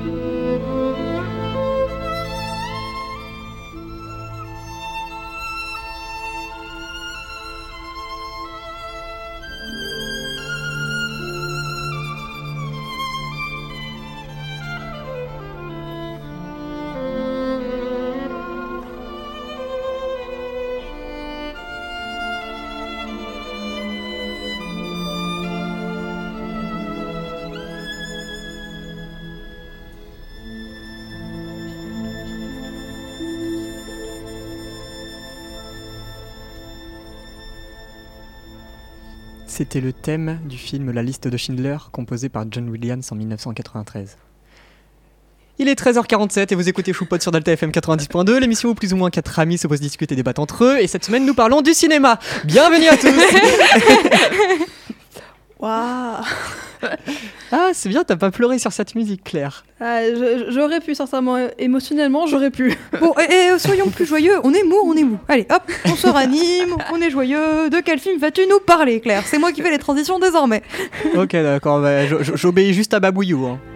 C'était le thème du film La liste de Schindler, composé par John Williams en 1993. Il est 13h47 et vous écoutez Choupot sur Delta FM 90.2, l'émission où plus ou moins 4 amis se posent, discutent et débattent entre eux. Et cette semaine, nous parlons du cinéma. Bienvenue à tous. Waouh. Ah, c'est bien, t'as pas pleuré sur cette musique, Claire. J'aurais pu, sincèrement, émotionnellement, j'aurais pu. Bon, et soyons plus joyeux, on est mou. Allez, hop, on se ranime, on est joyeux. De quel film vas-tu nous parler, Claire ? C'est moi qui fais les transitions désormais. Ok, d'accord, bah, j'obéis juste à Babouillou. Hein.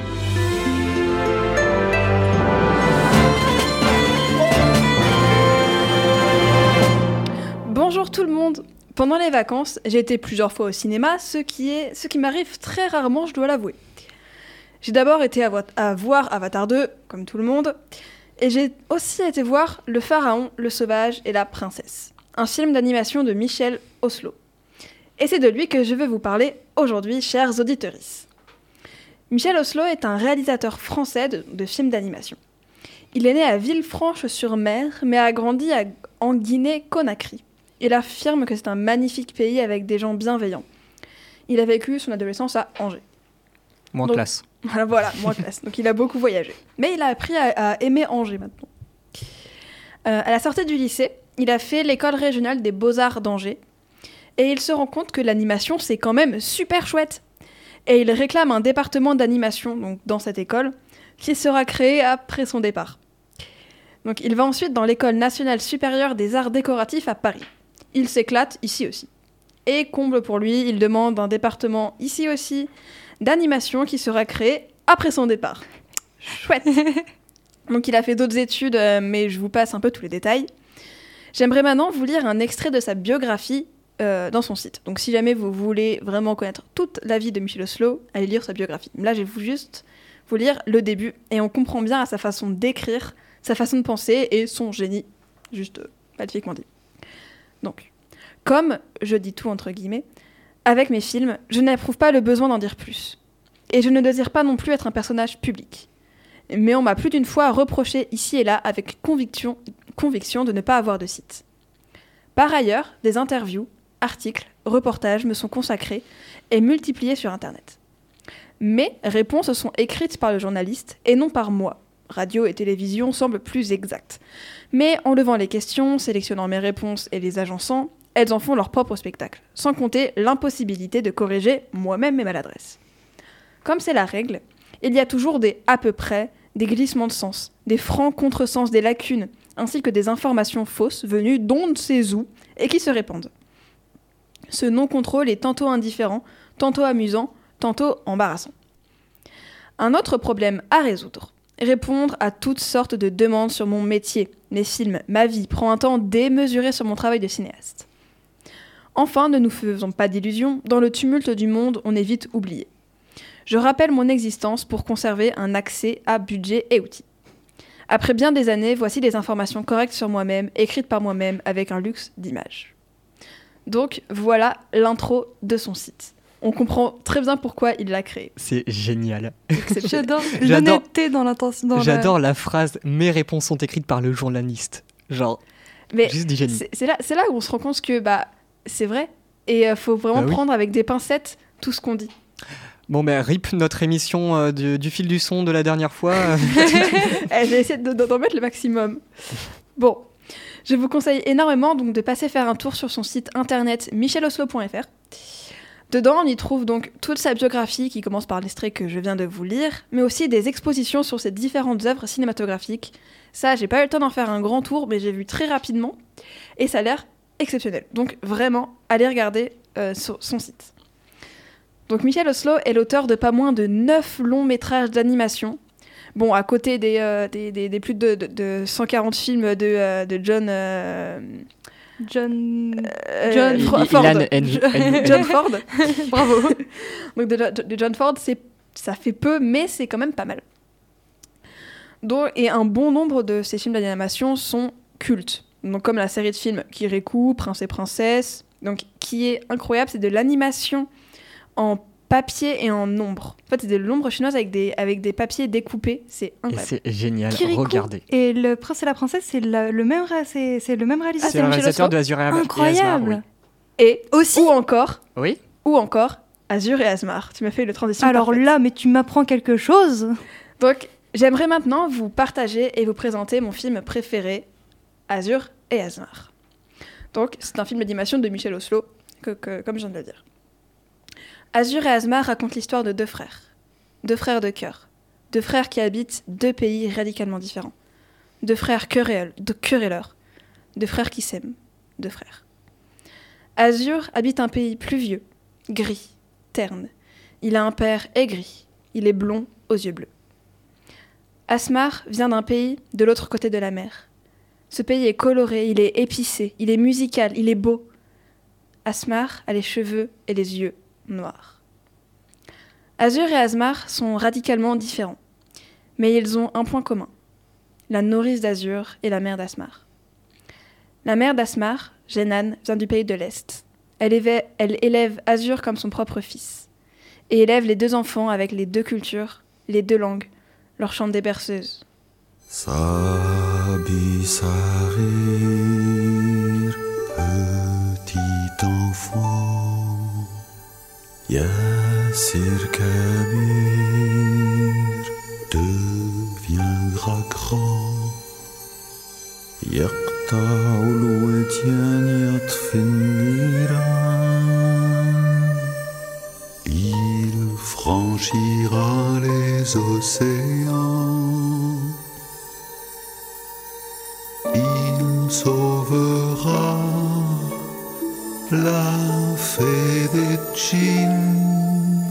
Bonjour tout le monde. Pendant les vacances, j'ai été plusieurs fois au cinéma, ce qui m'arrive très rarement, je dois l'avouer. J'ai d'abord été à voir Avatar 2, comme tout le monde, et j'ai aussi été voir Le Pharaon, le Sauvage et la Princesse, un film d'animation de Michel Oslo. Et c'est de lui que je veux vous parler aujourd'hui, chers auditeurs. Michel Oslo est un réalisateur français de films d'animation. Il est né à Villefranche-sur-Mer, mais a grandi en Guinée-Conakry. Il affirme que c'est un magnifique pays avec des gens bienveillants. Il a vécu son adolescence à Angers. Moins classe. Voilà, moins classe. Donc il a beaucoup voyagé. Mais il a appris à aimer Angers maintenant. À la sortie du lycée, il a fait l'école régionale des beaux-arts d'Angers. Et il se rend compte que l'animation, c'est quand même super chouette. Et il réclame un département d'animation donc dans cette école, qui sera créé après son départ. Donc il va ensuite dans l'école nationale supérieure des arts décoratifs à Paris. Il s'éclate ici aussi. Et comble pour lui, il demande un département ici aussi d'animation qui sera créé après son départ. Chouette. Donc il a fait d'autres études, mais je vous passe un peu tous les détails. J'aimerais maintenant vous lire un extrait de sa biographie dans son site. Donc si jamais vous voulez vraiment connaître toute la vie de Michel Oslo, allez lire sa biographie. Là, je vais juste vous lire le début, et on comprend bien à sa façon d'écrire, sa façon de penser et son génie, juste magnifiquement dit. Donc, comme je dis tout entre guillemets, avec mes films, je n'éprouve pas le besoin d'en dire plus. Et je ne désire pas non plus être un personnage public. Mais on m'a plus d'une fois reproché ici et là avec conviction de ne pas avoir de site. Par ailleurs, des interviews, articles, reportages me sont consacrés et multipliés sur Internet. Mes réponses sont écrites par le journaliste et non par moi. Radio et télévision semblent plus exactes. Mais en levant les questions, sélectionnant mes réponses et les agençant, elles en font leur propre spectacle, sans compter l'impossibilité de corriger moi-même mes maladresses. Comme c'est la règle, il y a toujours des à peu près, des glissements de sens, des francs contresens, des lacunes, ainsi que des informations fausses venues d'on ne sait où et qui se répandent. Ce non-contrôle est tantôt indifférent, tantôt amusant, tantôt embarrassant. Un autre problème à résoudre. Répondre à toutes sortes de demandes sur mon métier, mes films, ma vie, prend un temps démesuré sur mon travail de cinéaste. Enfin, ne nous faisons pas d'illusions, dans le tumulte du monde, on est vite oublié. Je rappelle mon existence pour conserver un accès à budget et outils. Après bien des années, voici des informations correctes sur moi-même, écrites par moi-même, avec un luxe d'images. Donc voilà l'intro de son site. On comprend très bien pourquoi il l'a créé. C'est génial. J'adore l'honnêteté dans l'intention. J'adore la phrase « Mes réponses sont écrites par le journaliste ». Genre, mais juste du génie. C'est là où on se rend compte que c'est vrai. Et il faut vraiment prendre avec des pincettes tout ce qu'on dit. Bon, RIP notre émission du fil du son de la dernière fois. J'ai essayé d'en mettre le maximum. Bon, je vous conseille énormément donc, de passer faire un tour sur son site internet micheloslo.fr. Dedans, on y trouve donc toute sa biographie qui commence par l'extrait que je viens de vous lire, mais aussi des expositions sur ses différentes œuvres cinématographiques. Ça, j'ai pas eu le temps d'en faire un grand tour, mais j'ai vu très rapidement, et ça a l'air exceptionnel. Donc vraiment, allez regarder sur son site. Donc Michel Oslo est l'auteur de pas moins de 9 longs métrages d'animation, Bon, à côté des plus de 140 films de John Ford. John Ford. Bravo. Donc de John Ford, ça fait peu, mais c'est quand même pas mal. Et un bon nombre de ces films d'animation sont cultes. Donc comme la série de films Kirikou, Prince et Princesse. Donc qui est incroyable, c'est de l'animation en papier et en ombre. En fait, c'est de l'ombre chinoise avec des papiers découpés. C'est incroyable. Et c'est génial, Kirikou regardez. Et le Prince et la Princesse, c'est le même réalisateur. C'est le réalisateur de Azur et Asmar. Incroyable. Et aussi. Ou encore Azur et Asmar. Tu m'as fait le transition Alors parfaite. là, mais tu m'apprends quelque chose. Donc, j'aimerais maintenant vous partager et vous présenter mon film préféré, Azur et Asmar. Donc, c'est un film d'animation de Michel Oslo, comme je viens de le dire. Azur et Asmar racontent l'histoire de deux frères de cœur, deux frères qui habitent deux pays radicalement différents, deux frères querelleurs, deux frères qui s'aiment, deux frères. Azur habite un pays pluvieux, gris, terne. Il a un père aigri, il est blond aux yeux bleus. Asmar vient d'un pays de l'autre côté de la mer. Ce pays est coloré, il est épicé, il est musical, il est beau. Asmar a les cheveux et les yeux noirs. Azur et Asmar sont radicalement différents, mais ils ont un point commun. La nourrice d'Azur et la mère d'Asmar. La mère d'Asmar, Jeanne, vient du pays de l'Est. Elle élève Azur comme son propre fils, et élève les deux enfants avec les deux cultures, les deux langues, leur chante des berceuses. Sabi Sarir, petit enfant, Yassir Kabir, deviendra grand, يقطع الوديان يطفي النيران, il franchira les océans. Il sauvera la fée des djinns.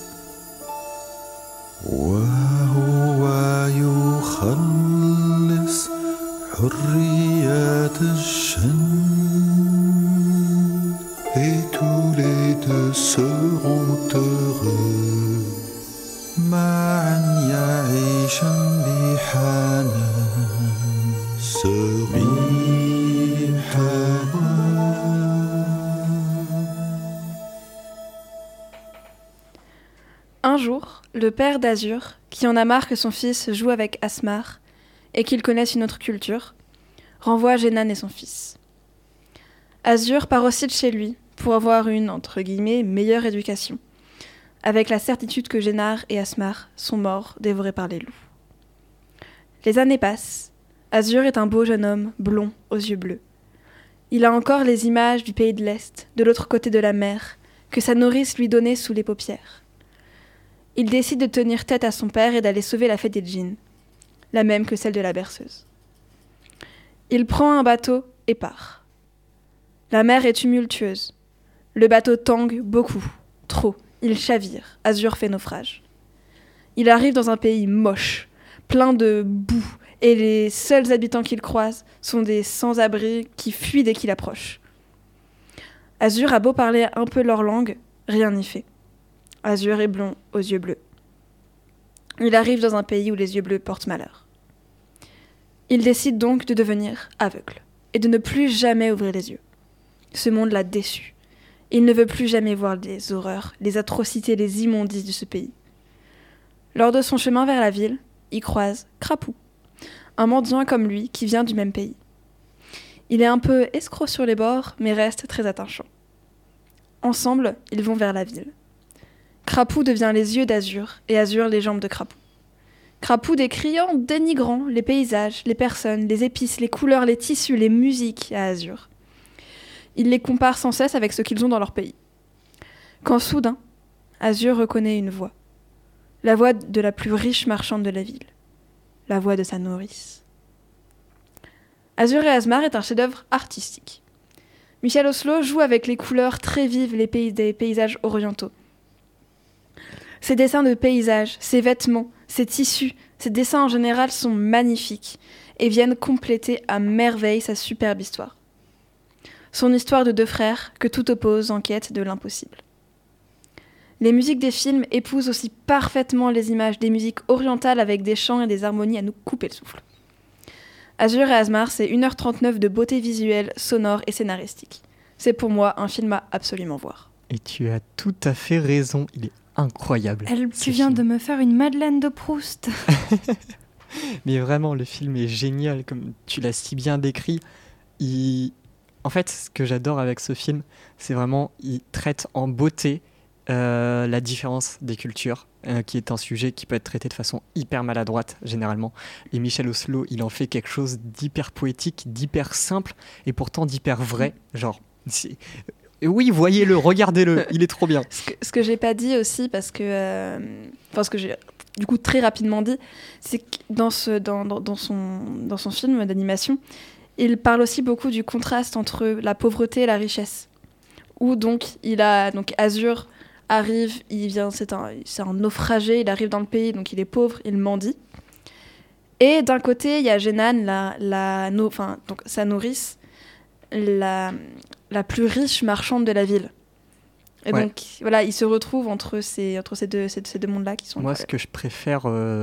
وهو يخلص حرية الجن. Et tous les deux seront heureux. معا يعيشان بحنان. Un jour, le père d'Azur, qui en a marre que son fils joue avec Asmar et qu'il connaisse une autre culture, renvoie Jeanne et son fils. Azur part aussi de chez lui pour avoir une, entre guillemets, meilleure éducation, avec la certitude que Génard et Asmar sont morts, dévorés par les loups. Les années passent. Azur est un beau jeune homme, blond, aux yeux bleus. Il a encore les images du pays de l'Est, de l'autre côté de la mer, que sa nourrice lui donnait sous les paupières. Il décide de tenir tête à son père et d'aller sauver la fête des djinns, la même que celle de la berceuse. Il prend un bateau et part. La mer est tumultueuse. Le bateau tangue beaucoup, trop. Il chavire. Azur fait naufrage. Il arrive dans un pays moche, plein de boue, et les seuls habitants qu'il croise sont des sans-abri qui fuient dès qu'il approche. Azur a beau parler un peu leur langue, rien n'y fait. Azur est blond aux yeux bleus. Il arrive dans un pays où les yeux bleus portent malheur. Il décide donc de devenir aveugle et de ne plus jamais ouvrir les yeux. Ce monde l'a déçu. Il ne veut plus jamais voir les horreurs, les atrocités, les immondices de ce pays. Lors de son chemin vers la ville, il croise Krapou, un mendiant comme lui qui vient du même pays. Il est un peu escroc sur les bords, mais reste très attachant. Ensemble, ils vont vers la ville. Krapou devient les yeux d'Azur et Azur les jambes de Krapou. Krapou décrit en dénigrant les paysages, les personnes, les épices, les couleurs, les tissus, les musiques à Azur. Il les compare sans cesse avec ce qu'ils ont dans leur pays. Quand soudain, Azur reconnaît une voix. La voix de la plus riche marchande de la ville. La voix de sa nourrice. Azur et Asmar est un chef-d'œuvre artistique. Michel Oslo joue avec les couleurs très vives des paysages orientaux. Ses dessins de paysages, ses vêtements, ses tissus Ses dessins en général sont magnifiques et viennent compléter à merveille sa superbe histoire. Son histoire de deux frères que tout oppose en quête de l'impossible. Les musiques des films épousent aussi parfaitement les images des musiques orientales avec des chants et des harmonies à nous couper le souffle. Azur et Asmar, c'est 1h39 de beauté visuelle, sonore et scénaristique. C'est pour moi un film à absolument voir. Et tu as tout à fait raison, il est incroyable. Tu viens de me faire une Madeleine de Proust. Mais vraiment, le film est génial, comme tu l'as si bien décrit. En fait, ce que j'adore avec ce film, c'est vraiment, il traite en beauté la différence des cultures, qui est un sujet qui peut être traité de façon hyper maladroite, généralement. Et Michel Oslo, il en fait quelque chose d'hyper poétique, d'hyper simple, et pourtant d'hyper vrai. Genre, oui, voyez-le, regardez-le, il est trop bien. Ce que j'ai pas dit aussi, parce que... ce que j'ai du coup très rapidement dit, c'est que dans son film d'animation, il parle aussi beaucoup du contraste entre la pauvreté et la richesse. Où donc, Azur arrive, c'est un naufragé, il arrive dans le pays, donc il est pauvre, il mendie. Et d'un côté, il y a Jenan, donc sa nourrice, la plus riche marchande de la ville. Et ouais. Donc voilà, il se retrouve entre ces deux mondes-là qui sont... Moi, ce que je préfère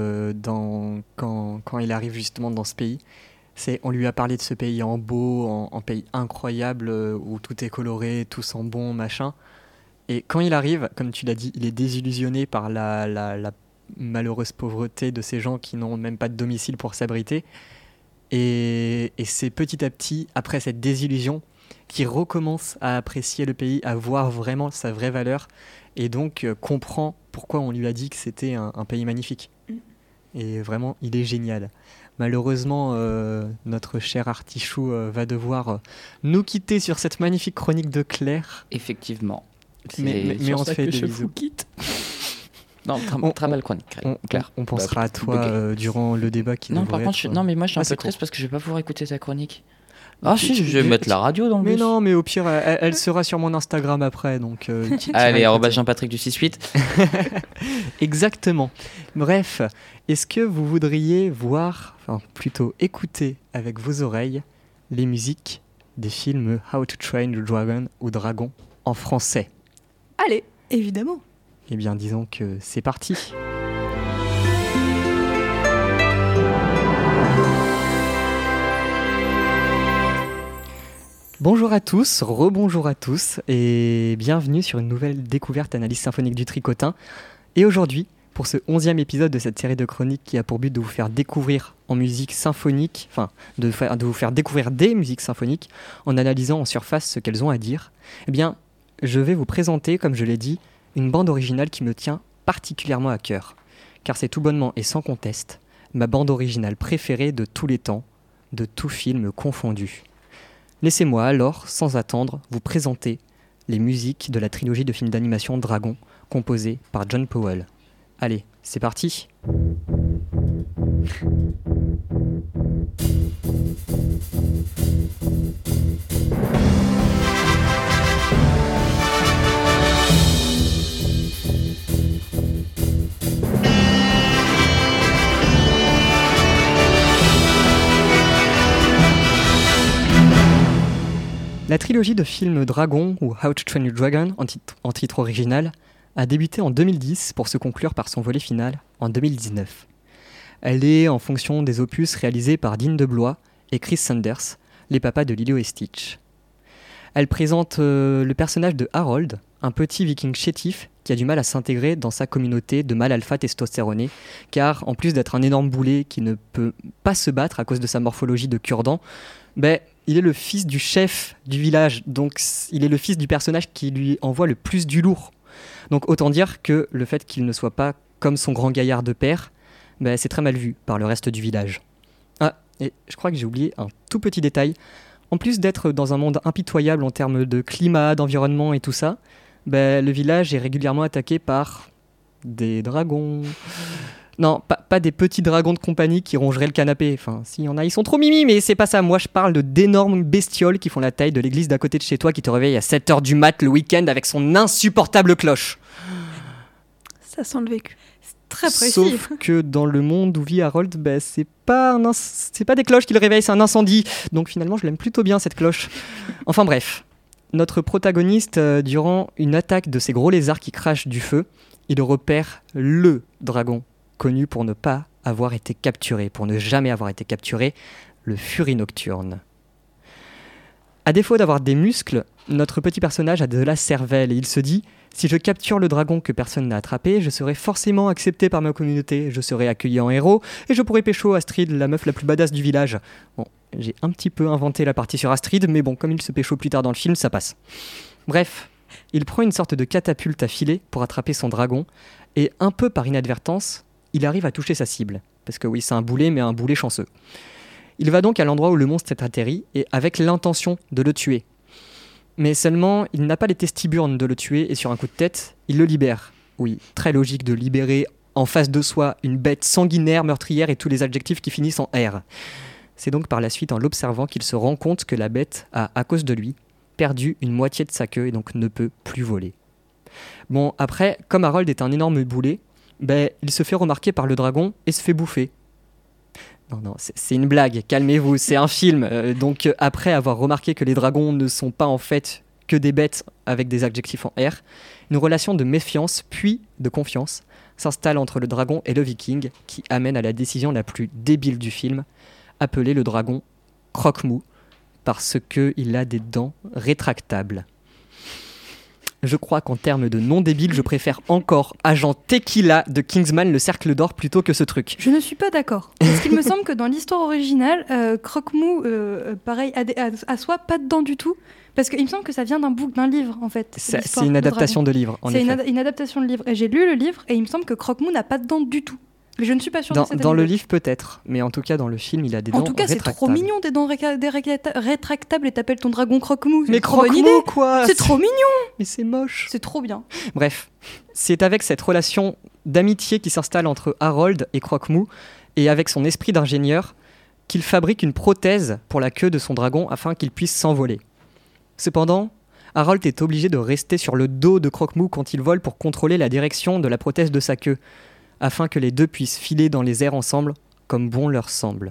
quand il arrive justement dans ce pays, c'est on lui a parlé de ce pays en beau, en pays incroyable, où tout est coloré, tout sent bon, machin. Et quand il arrive, comme tu l'as dit, il est désillusionné par la malheureuse pauvreté de ces gens qui n'ont même pas de domicile pour s'abriter. Et c'est petit à petit, après cette désillusion, qu'il recommence à apprécier le pays, à voir vraiment sa vraie valeur, et donc comprend pourquoi on lui a dit que c'était un pays magnifique. Et vraiment, il est génial. Malheureusement, notre cher Artichou va devoir nous quitter sur cette magnifique chronique de Claire. Effectivement. Mais on te fait des bisous. Non, très belle chronique, Claire. On pensera à toi durant le débat qui Non, devrait par contre, être... non, mais moi je suis un peu triste parce que je vais pas pouvoir écouter ta chronique. Ah si, je vais mettre la radio dans le bus. Mais non, mais au pire, elle sera sur mon Instagram après, donc... Allez, Jean-Patrick du 6-8. Exactement. Bref, est-ce que vous voudriez voir, enfin plutôt écouter avec vos oreilles, les musiques des films How to Train Your Dragon ou Dragon en français? Allez, évidemment. Eh bien, disons que c'est parti. Bonjour à tous, rebonjour à tous, et bienvenue sur une nouvelle découverte analyse symphonique du Tricotin. Et aujourd'hui, pour ce 11e épisode de cette série de chroniques qui a pour but de vous faire découvrir en musique symphonique, enfin, de vous faire découvrir des musiques symphoniques en analysant en surface ce qu'elles ont à dire, eh bien, je vais vous présenter, comme je l'ai dit, une bande originale qui me tient particulièrement à cœur, car c'est tout bonnement et sans conteste ma bande originale préférée de tous les temps, de tout film confondu. Laissez-moi alors, sans attendre, vous présenter les musiques de la trilogie de films d'animation Dragon, composée par John Powell. Allez, c'est parti! La trilogie de films Dragon, ou How to Train Your Dragon, en titre original, a débuté en 2010 pour se conclure par son volet final en 2019. Elle est en fonction des opus réalisés par Dean DeBlois et Chris Sanders, les papas de Lilo et Stitch. Elle présente le personnage de Harold, un petit viking chétif qui a du mal à s'intégrer dans sa communauté de mâles alpha testostéronés, car en plus d'être un énorme boulet qui ne peut pas se battre à cause de sa morphologie de cure-dent, il est le fils du chef du village, donc il est le fils du personnage qui lui envoie le plus du lourd. Donc autant dire que le fait qu'il ne soit pas comme son grand gaillard de père, c'est très mal vu par le reste du village. Ah, et je crois que j'ai oublié un tout petit détail. En plus d'être dans un monde impitoyable en termes de climat, d'environnement et tout ça, le village est régulièrement attaqué par des dragons. Non, pas des petits dragons de compagnie qui rongeraient le canapé. Enfin, s'il y en a, ils sont trop mimi, mais c'est pas ça. Moi, je parle d'énormes bestioles qui font la taille de l'église d'à côté de chez toi, qui te réveille à 7h du mat le week-end avec son insupportable cloche. Ça sent le vécu. Très précis. Sauf que dans le monde où vit Harold, c'est pas des cloches qui le réveillent, c'est un incendie. Donc finalement, je l'aime plutôt bien cette cloche. Enfin bref, notre protagoniste, durant une attaque de ces gros lézards qui crachent du feu, il repère le dragon connu pour ne pas avoir été capturé, pour ne jamais avoir été capturé, le Furie Nocturne. À défaut d'avoir des muscles, notre petit personnage a de la cervelle et il se dit « Si je capture le dragon que personne n'a attrapé, je serai forcément accepté par ma communauté, je serai accueilli en héros et je pourrai pécho Astrid, la meuf la plus badass du village. » Bon, j'ai un petit peu inventé la partie sur Astrid, mais bon, comme il se pécho plus tard dans le film, ça passe. Bref, il prend une sorte de catapulte à filet pour attraper son dragon et un peu par inadvertance, il arrive à toucher sa cible. Parce que oui, c'est un boulet, mais un boulet chanceux. Il va donc à l'endroit où le monstre est atterri et avec l'intention de le tuer. Mais seulement, il n'a pas les testiburnes de le tuer et sur un coup de tête, il le libère. Oui, très logique de libérer en face de soi une bête sanguinaire, meurtrière et tous les adjectifs qui finissent en R. C'est donc par la suite en l'observant qu'il se rend compte que la bête a, à cause de lui, perdu une moitié de sa queue et donc ne peut plus voler. Bon, après, comme Harold est un énorme boulet, il se fait remarquer par le dragon et se fait bouffer. Non, c'est une blague, calmez-vous, c'est un film. Donc après avoir remarqué que les dragons ne sont pas en fait que des bêtes avec des adjectifs en R, une relation de méfiance puis de confiance s'installe entre le dragon et le viking qui amène à la décision la plus débile du film, appeler le dragon Croque-Mou parce qu'il a des dents rétractables. Je crois qu'en termes de nom débile, je préfère encore Agent Tequila de Kingsman, le cercle d'or, plutôt que ce truc. Je ne suis pas d'accord. Parce qu'il me semble que dans l'histoire originale, Croque-Mou, pareil, a soit pas de dents du tout. Parce qu'il me semble que ça vient d'un livre, en fait. C'est une adaptation de livre, en effet. C'est une adaptation de livre. Et j'ai lu le livre et il me semble que Croque-Mou n'a pas de dents du tout. Mais je ne suis pas sûre de cette Dans le livre, peut-être. Mais en tout cas, dans le film, il a des dents rétractables. En tout cas, c'est trop mignon, des dents rétractables et t'appelles ton dragon Croque-Mou. Mais Croque-Mou, quoi! C'est trop mignon! Mais c'est moche. C'est trop bien. Bref, c'est avec cette relation d'amitié qui s'installe entre Harold et Croque-Mou, et avec son esprit d'ingénieur, qu'il fabrique une prothèse pour la queue de son dragon afin qu'il puisse s'envoler. Cependant, Harold est obligé de rester sur le dos de Croque-Mou quand il vole pour contrôler la direction de la prothèse de sa queue, afin que les deux puissent filer dans les airs ensemble, comme bon leur semble.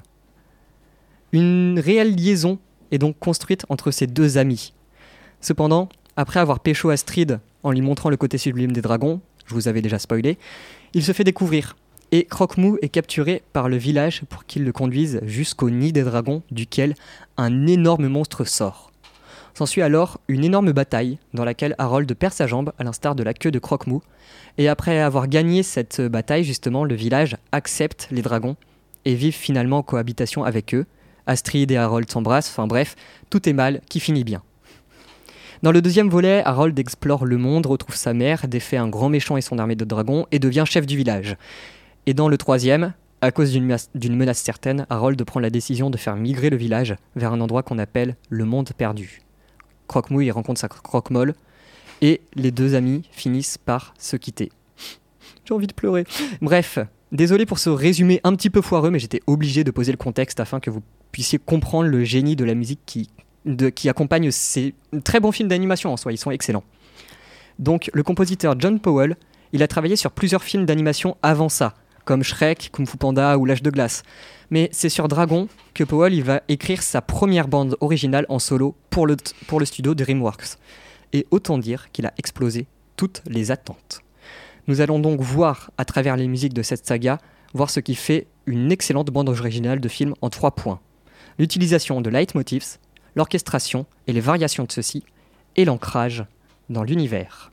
Une réelle liaison est donc construite entre ces deux amis. Cependant, après avoir pécho Astrid en lui montrant le côté sublime des dragons, je vous avais déjà spoilé, il se fait découvrir, et Croque-Mou est capturé par le village pour qu'il le conduise jusqu'au nid des dragons, duquel un énorme monstre sort. S'ensuit alors une énorme bataille dans laquelle Harold perd sa jambe à l'instar de la queue de Croque-Mou. Et après avoir gagné cette bataille, justement, le village accepte les dragons et vivent finalement en cohabitation avec eux. Astrid et Harold s'embrassent, enfin bref, tout est mal qui finit bien. Dans le deuxième volet, Harold explore le monde, retrouve sa mère, défait un grand méchant et son armée de dragons et devient chef du village. Et dans le troisième, à cause d'une menace certaine, Harold prend la décision de faire migrer le village vers un endroit qu'on appelle le monde perdu. Croque-Mou y rencontre sa croque-molle et les deux amis finissent par se quitter. J'ai envie de pleurer. Bref, désolé pour ce résumé un petit peu foireux, mais j'étais obligé de poser le contexte afin que vous puissiez comprendre le génie de la musique qui accompagne ces très bons films d'animation en soi, ils sont excellents. Donc le compositeur John Powell, il a travaillé sur plusieurs films d'animation avant ça, comme Shrek, Kung Fu Panda ou L'Âge de glace. Mais c'est sur Dragon que Powell il va écrire sa première bande originale en solo pour le studio DreamWorks. Et autant dire qu'il a explosé toutes les attentes. Nous allons donc voir, à travers les musiques de cette saga, voir ce qui fait une excellente bande originale de film en 3 points. L'utilisation de leitmotifs, l'orchestration et les variations de ceux-ci, et l'ancrage dans l'univers.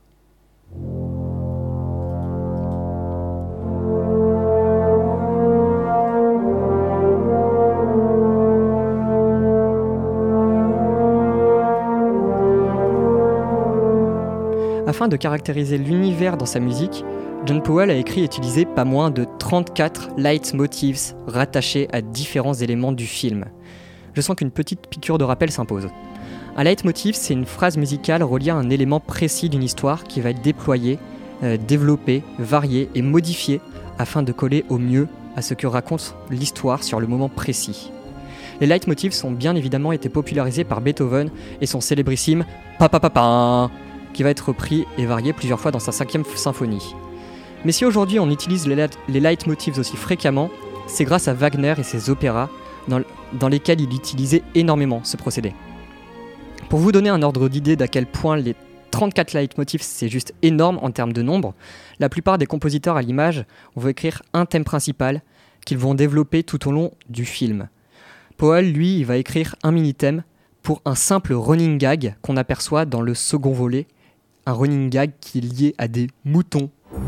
Afin de caractériser l'univers dans sa musique, John Powell a écrit et utilisé pas moins de 34 leitmotifs rattachés à différents éléments du film. Je sens qu'une petite piqûre de rappel s'impose. Un leitmotiv, c'est une phrase musicale reliée à un élément précis d'une histoire qui va être déployé, développé, varié et modifié afin de coller au mieux à ce que raconte l'histoire sur le moment précis. Les leitmotifs sont bien évidemment été popularisés par Beethoven et son célébrissime « Pa pa pa pa » qui va être repris et varié plusieurs fois dans sa 5e symphonie. Mais si aujourd'hui on utilise les leitmotifs aussi fréquemment, c'est grâce à Wagner et ses opéras dans lesquels il utilisait énormément ce procédé. Pour vous donner un ordre d'idée d'à quel point les 34 leitmotifs c'est juste énorme en termes de nombre, la plupart des compositeurs à l'image vont écrire un thème principal qu'ils vont développer tout au long du film. Powell, lui, il va écrire un mini-thème pour un simple running gag qu'on aperçoit dans le second volet, un running gag qui est lié à des moutons.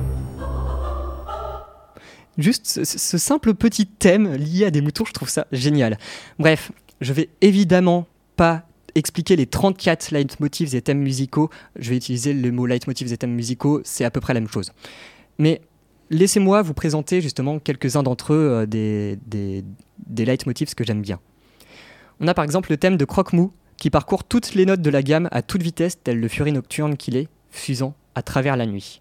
Juste ce simple petit thème lié à des moutons, je trouve ça génial. Bref, je vais évidemment pas expliquer les 34 leitmotifs et thèmes musicaux. Je vais utiliser le mot leitmotifs et thèmes musicaux, c'est à peu près la même chose. Mais laissez-moi vous présenter justement quelques-uns d'entre eux, des leitmotifs que j'aime bien. On a par exemple le thème de Croque-Mou, qui parcourt toutes les notes de la gamme à toute vitesse, tel le furie nocturne qu'il est, fusant à travers la nuit.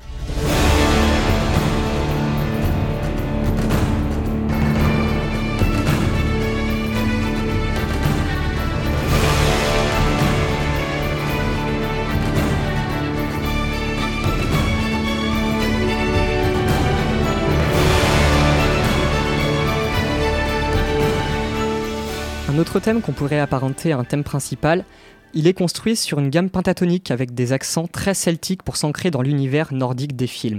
Un autre thème qu'on pourrait apparenter à un thème principal, il est construit sur une gamme pentatonique avec des accents très celtiques pour s'ancrer dans l'univers nordique des films.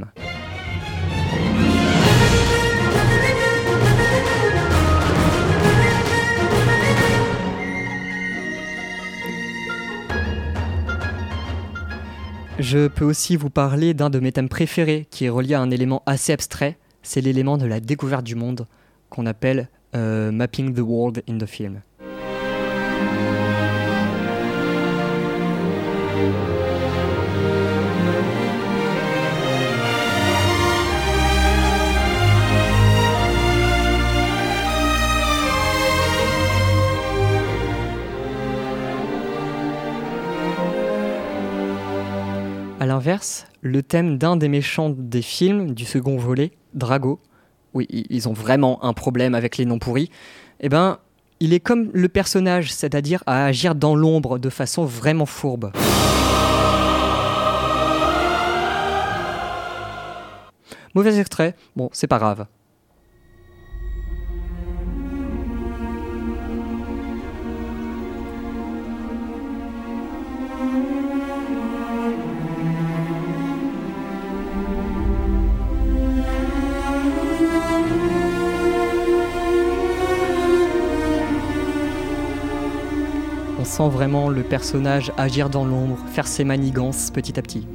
Je peux aussi vous parler d'un de mes thèmes préférés qui est relié à un élément assez abstrait, c'est l'élément de la découverte du monde qu'on appelle Mapping the World in the Film. A l'inverse, le thème d'un des méchants des films du second volet, Drago, oui, ils ont vraiment un problème avec les noms pourris, eh ben, il est comme le personnage, c'est-à-dire à agir dans l'ombre de façon vraiment fourbe. Mauvais extrait, bon, c'est pas grave. On sent vraiment le personnage agir dans l'ombre, faire ses manigances petit à petit.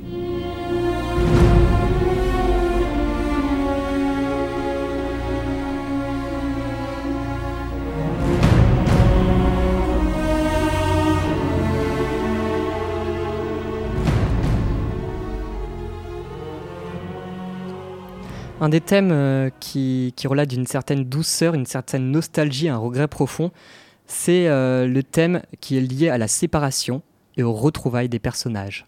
Un des thèmes qui relate d'une certaine douceur, une certaine nostalgie, un regret profond, c'est le thème qui est lié à la séparation et aux retrouvailles des personnages.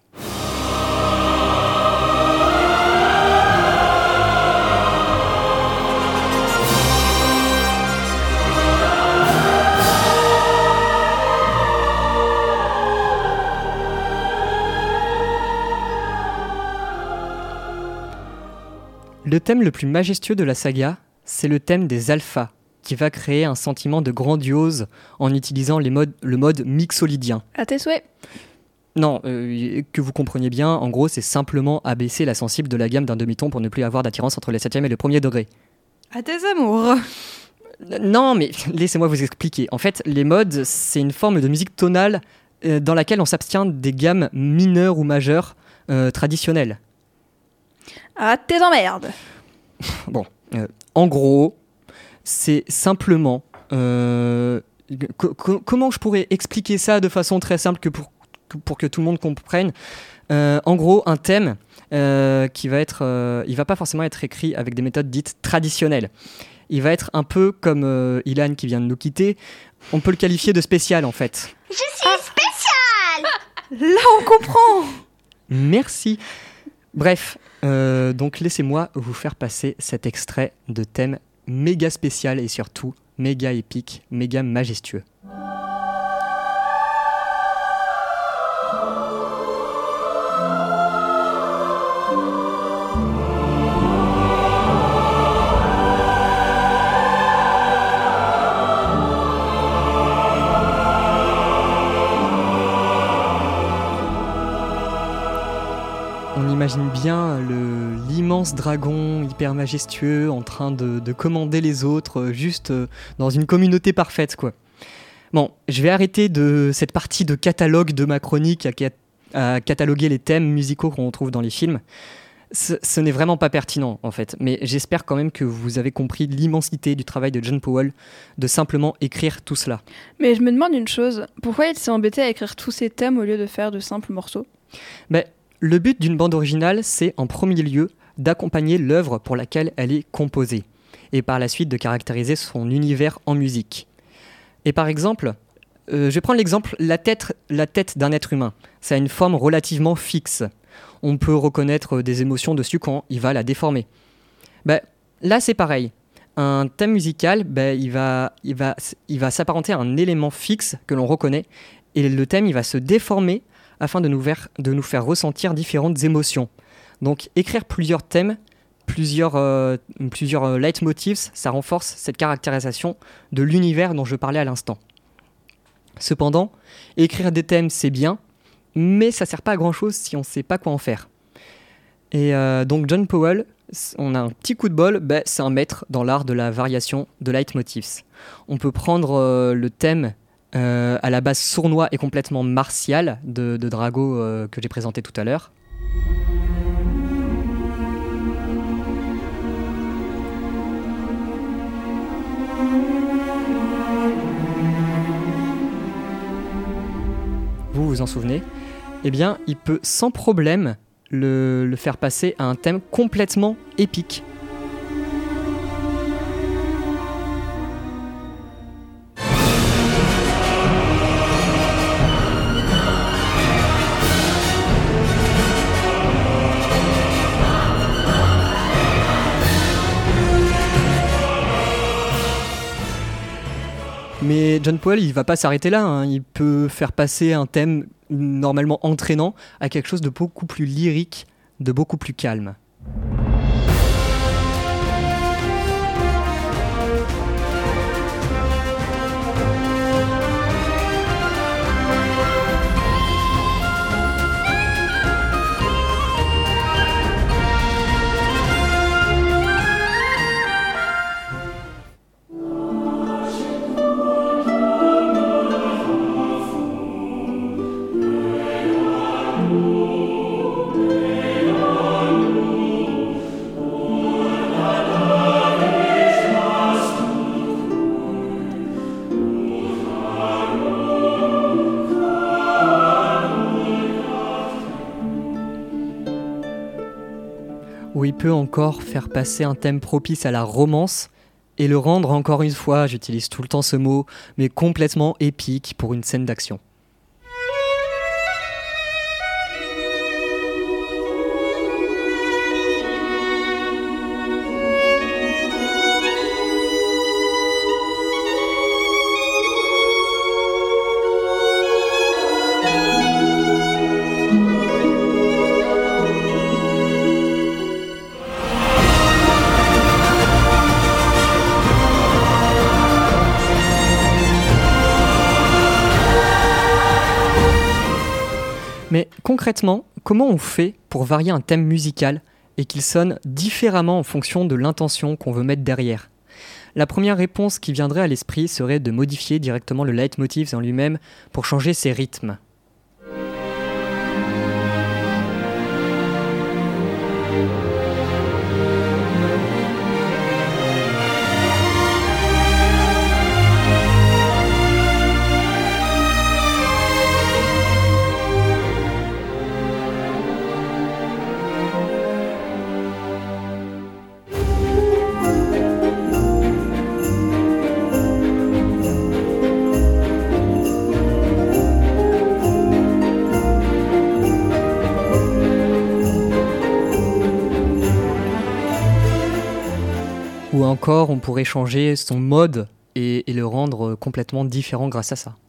Le thème le plus majestueux de la saga, c'est le thème des alphas, qui va créer un sentiment de grandiose en utilisant le mode mixolydien. À tes souhaits. Non, que vous compreniez bien, en gros, c'est simplement abaisser la sensible de la gamme d'un demi-ton pour ne plus avoir d'attirance entre le 7e et le 1er degré. À tes amours. Non, mais laissez-moi vous expliquer. En fait, les modes, c'est une forme de musique tonale dans laquelle on s'abstient des gammes mineures ou majeures traditionnelles. À tes emmerdes. Bon, en gros, c'est simplement... comment je pourrais expliquer ça de façon très simple pour que tout le monde comprenne. En gros, un thème qui va être... il va pas forcément être écrit avec des méthodes dites traditionnelles. Il va être un peu comme Ilan qui vient de nous quitter. On peut le qualifier de spécial, en fait. Je suis spéciale. Là, on comprend. Merci. Bref, donc laissez-moi vous faire passer cet extrait de thème méga spécial et surtout méga épique, méga majestueux. immense dragon hyper majestueux en train de commander les autres, juste dans une communauté parfaite, quoi. Bon, je vais arrêter de cette partie de catalogue de ma chronique à cataloguer les thèmes musicaux qu'on trouve dans les films. Ce n'est vraiment pas pertinent, en fait. Mais j'espère quand même que vous avez compris l'immensité du travail de John Powell de simplement écrire tout cela. Mais je me demande une chose, pourquoi il s'est embêté à écrire tous ces thèmes au lieu de faire de simples morceaux ? Le but d'une bande originale, c'est en premier lieu d'accompagner l'œuvre pour laquelle elle est composée, et par la suite de caractériser son univers en musique. Et par exemple, je vais prendre l'exemple, la tête d'un être humain. Ça a une forme relativement fixe. On peut reconnaître des émotions dessus quand il va la déformer. Là, c'est pareil. Un thème musical, il va s'apparenter à un élément fixe que l'on reconnaît, et le thème, il va se déformer afin de nous faire ressentir différentes émotions. Donc, écrire plusieurs thèmes, plusieurs leitmotifs, ça renforce cette caractérisation de l'univers dont je parlais à l'instant. Cependant, écrire des thèmes, c'est bien, mais ça ne sert pas à grand-chose si on ne sait pas quoi en faire. Et donc John Powell, on a un petit coup de bol, c'est un maître dans l'art de la variation de leitmotifs. On peut prendre le thème à la base sournois et complètement martial de Drago que j'ai présenté tout à l'heure. Vous vous en souvenez ? Eh bien, il peut sans problème le faire passer à un thème complètement épique. Mais John Powell, il va pas s'arrêter là, hein. Il peut faire passer un thème normalement entraînant à quelque chose de beaucoup plus lyrique, de beaucoup plus calme. Où il peut encore faire passer un thème propice à la romance et le rendre, encore une fois, j'utilise tout le temps ce mot, mais complètement épique pour une scène d'action. Mais concrètement, comment on fait pour varier un thème musical et qu'il sonne différemment en fonction de l'intention qu'on veut mettre derrière ? La première réponse qui viendrait à l'esprit serait de modifier directement le leitmotiv en lui-même pour changer ses rythmes. Ou encore, on pourrait changer son mode et le rendre complètement différent grâce à ça.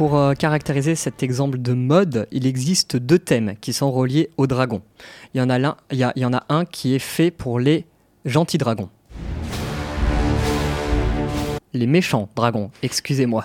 pour caractériser cet exemple de mode, il existe 2 thèmes qui sont reliés aux dragons. Il y en a un qui est fait pour les gentils dragons. Les méchants dragons, excusez-moi.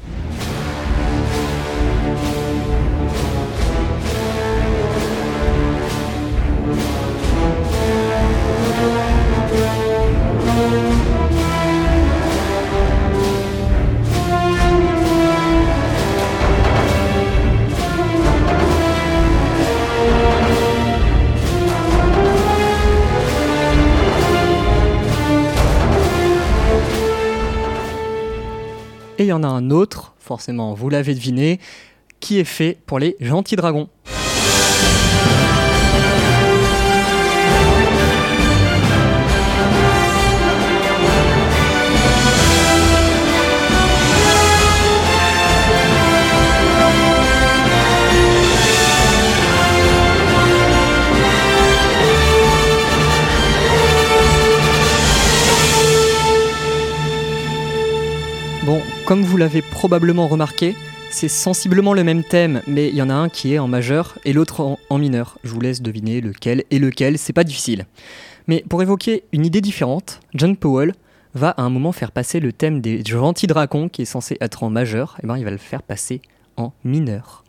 Et il y en a un autre, forcément vous l'avez deviné, qui est fait pour les gentils dragons. Bon, comme vous l'avez probablement remarqué, c'est sensiblement le même thème, mais il y en a un qui est en majeur et l'autre en mineur. Je vous laisse deviner lequel est lequel, c'est pas difficile. Mais pour évoquer une idée différente, John Powell va à un moment faire passer le thème des gentils dragons, qui est censé être en majeur, et il va le faire passer en mineur.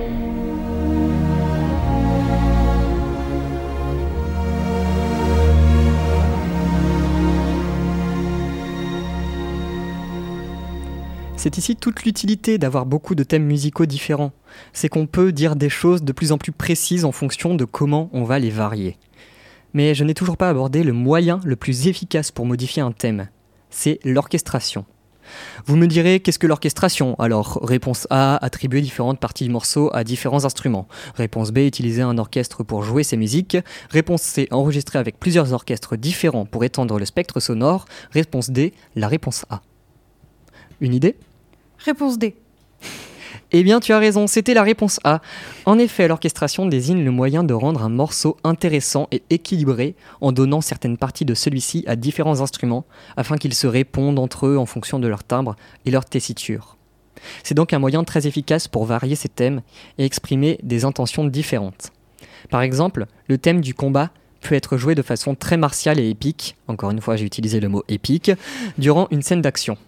C'est ici toute l'utilité d'avoir beaucoup de thèmes musicaux différents. C'est qu'on peut dire des choses de plus en plus précises en fonction de comment on va les varier. Mais je n'ai toujours pas abordé le moyen le plus efficace pour modifier un thème. C'est l'orchestration. Vous me direz, qu'est-ce que l'orchestration ? Alors, réponse A, attribuer différentes parties du morceau à différents instruments. Réponse B, utiliser un orchestre pour jouer ses musiques. Réponse C, enregistrer avec plusieurs orchestres différents pour étendre le spectre sonore. Réponse D, la réponse A. Une idée ? Réponse D. Eh bien, tu as raison, c'était la réponse A. En effet, l'orchestration désigne le moyen de rendre un morceau intéressant et équilibré en donnant certaines parties de celui-ci à différents instruments afin qu'ils se répondent entre eux en fonction de leur timbre et leur tessiture. C'est donc un moyen très efficace pour varier ces thèmes et exprimer des intentions différentes. Par exemple, le thème du combat peut être joué de façon très martiale et épique, encore une fois j'ai utilisé le mot épique, durant une scène d'action.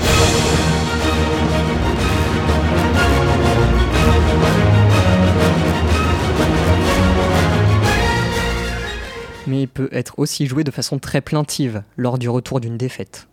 Mais il peut être aussi joué de façon très plaintive lors du retour d'une défaite.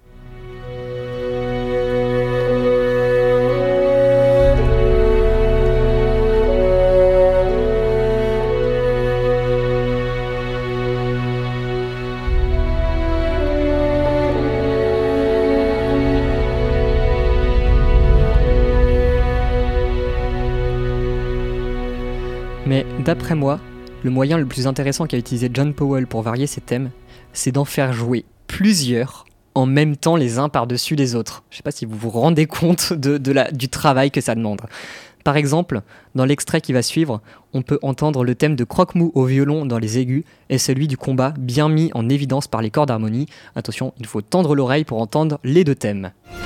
Mais d'après moi, le moyen le plus intéressant qu'a utilisé John Powell pour varier ses thèmes, c'est d'en faire jouer plusieurs en même temps les uns par-dessus les autres. Je ne sais pas si vous vous rendez compte du travail que ça demande. Par exemple, dans l'extrait qui va suivre, on peut entendre le thème de Croque-Mou au violon dans les aigus et celui du combat bien mis en évidence par les cordes d'harmonie. Attention, il faut tendre l'oreille pour entendre les 2 thèmes.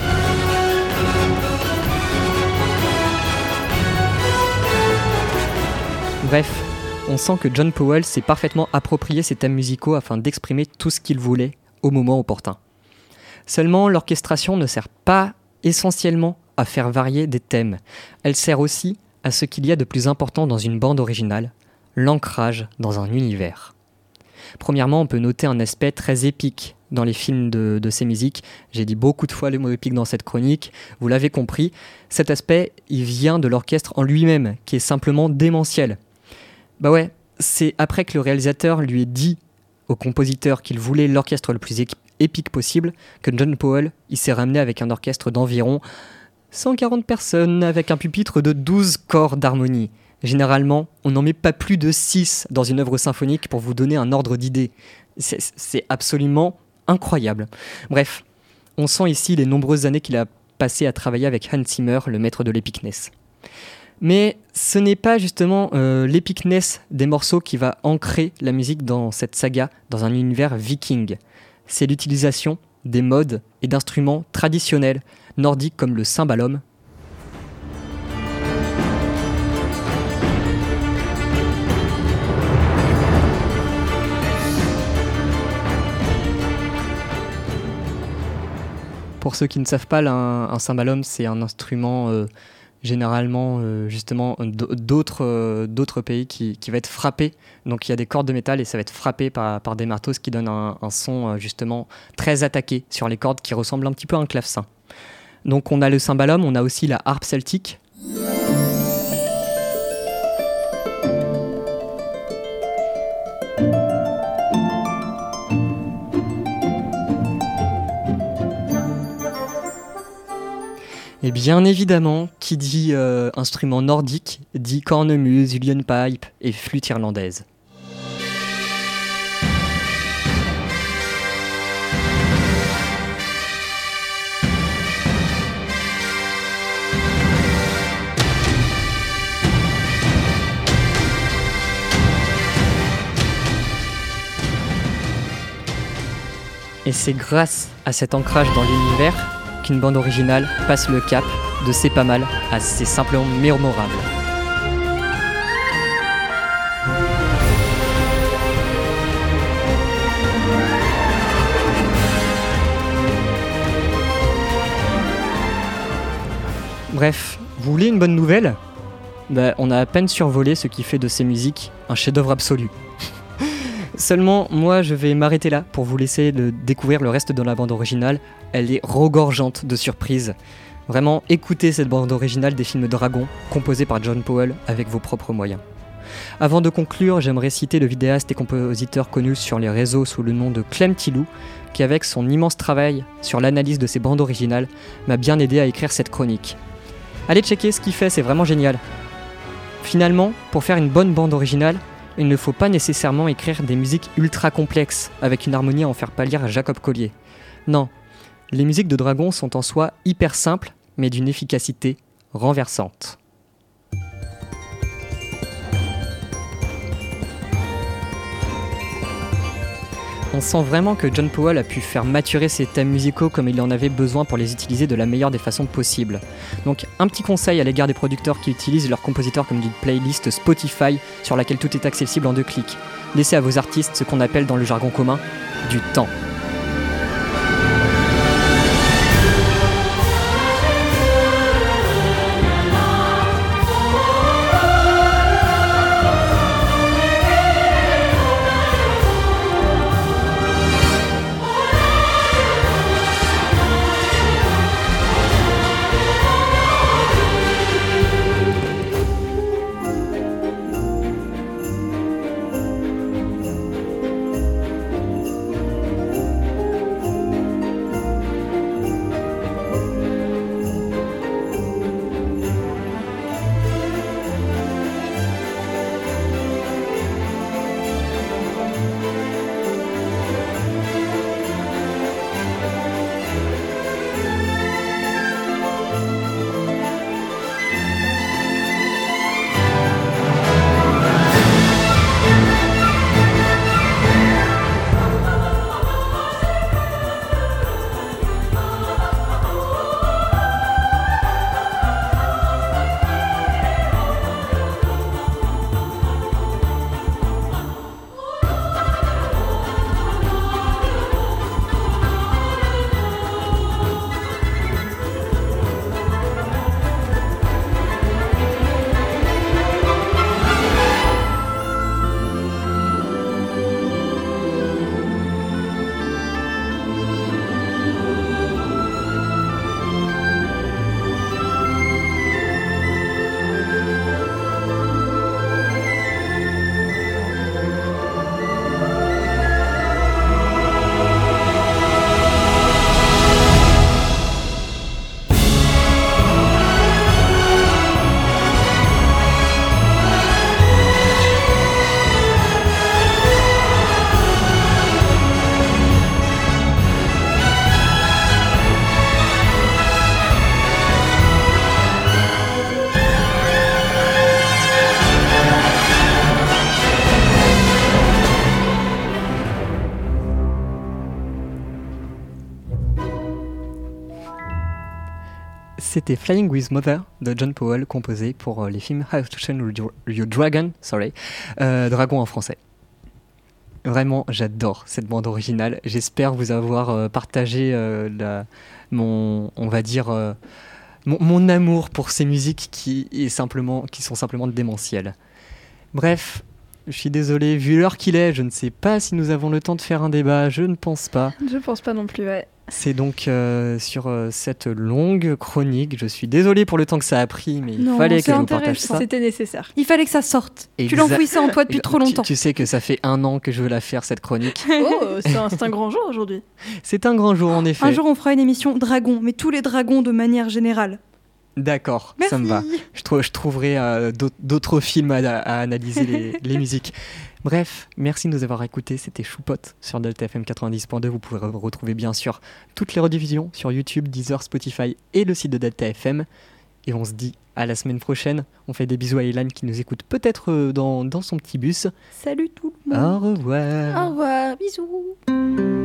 Bref, on sent que John Powell s'est parfaitement approprié ces thèmes musicaux afin d'exprimer tout ce qu'il voulait au moment opportun. Seulement, l'orchestration ne sert pas essentiellement à faire varier des thèmes. Elle sert aussi à ce qu'il y a de plus important dans une bande originale, l'ancrage dans un univers. Premièrement, on peut noter un aspect très épique dans les films de ces musiques. J'ai dit beaucoup de fois le mot épique dans cette chronique, vous l'avez compris. Cet aspect, il vient de l'orchestre en lui-même, qui est simplement démentiel. Bah ouais, c'est après que le réalisateur lui ait dit au compositeur qu'il voulait l'orchestre le plus épique possible que John Powell il s'est ramené avec un orchestre d'environ 140 personnes avec un pupitre de 12 corps d'harmonie. Généralement, on n'en met pas plus de 6 dans une œuvre symphonique pour vous donner un ordre d'idée. C'est absolument incroyable. Bref, on sent ici les nombreuses années qu'il a passées à travailler avec Hans Zimmer, le maître de l'epicness. Mais ce n'est pas justement l'epicness des morceaux qui va ancrer la musique dans cette saga, dans un univers viking. C'est l'utilisation des modes et d'instruments traditionnels nordiques comme le cymbalum Pour ceux qui ne savent pas, un cymbalum, c'est un instrument généralement justement d'autres pays qui va être frappé. Donc il y a des cordes de métal et ça va être frappé par des marteaux, ce qui donne un son justement très attaqué sur les cordes qui ressemble un petit peu à un clavecin. Donc on a le cymbalum, on a aussi la harpe celtique. Et bien évidemment, qui dit instrument nordique, dit cornemuse, uillepipe et flûte irlandaise. Et c'est grâce à cet ancrage dans l'univers qu'une bande originale passe le cap de c'est pas mal à c'est simplement mémorable. Bref, vous voulez une bonne nouvelle ? On a à peine survolé ce qui fait de ces musiques un chef-d'œuvre absolu. Seulement, moi, je vais m'arrêter là pour vous laisser découvrir le reste de la bande originale. Elle est regorgeante de surprises. Vraiment, écoutez cette bande originale des films Dragon, composée par John Powell avec vos propres moyens. Avant de conclure, j'aimerais citer le vidéaste et compositeur connu sur les réseaux sous le nom de Clem Tilou, qui avec son immense travail sur l'analyse de ces bandes originales, m'a bien aidé à écrire cette chronique. Allez checker ce qu'il fait, c'est vraiment génial. Finalement, pour faire une bonne bande originale, il ne faut pas nécessairement écrire des musiques ultra complexes, avec une harmonie à en faire pâlir à Jacob Collier. Non, les musiques de Dragon sont en soi hyper simples, mais d'une efficacité renversante. On sent vraiment que John Powell a pu faire maturer ses thèmes musicaux comme il en avait besoin pour les utiliser de la meilleure des façons possibles. Donc un petit conseil à l'égard des producteurs qui utilisent leurs compositeurs comme d'une playlist Spotify sur laquelle tout est accessible en 2 clics. Laissez à vos artistes ce qu'on appelle dans le jargon commun du temps. C'était Flying with Mother de John Powell, composé pour les films How to Train Your Dragon, Dragon en français. Vraiment, j'adore cette bande originale. J'espère vous avoir partagé mon amour pour ces musiques qui sont simplement démentielles. Bref, je suis désolé, vu l'heure qu'il est, je ne sais pas si nous avons le temps de faire un débat, je ne pense pas. Je pense pas non plus, ouais. C'est donc sur cette longue chronique, je suis désolé pour le temps que ça a pris, mais il fallait que je vous partage ça. C'était nécessaire. Il fallait que ça sorte. Tu l'enfouissais en toi depuis trop longtemps. Tu sais que ça fait 1 an que je veux la faire, cette chronique. Oh, c'est un grand jour aujourd'hui. C'est un grand jour, en effet. Un jour, on fera une émission dragons, mais tous les dragons de manière générale. D'accord, Merci. ça me va. Je trouverai d'autres films à analyser les musiques. Bref, merci de nous avoir écoutés. C'était Choupot sur Delta FM 90.2. Vous pouvez retrouver bien sûr toutes les rediffusions sur YouTube, Deezer, Spotify et le site de Delta FM. Et on se dit à la semaine prochaine. On fait des bisous à Ilan qui nous écoute peut-être dans son petit bus. Salut tout le monde. Au revoir. Au revoir, bisous.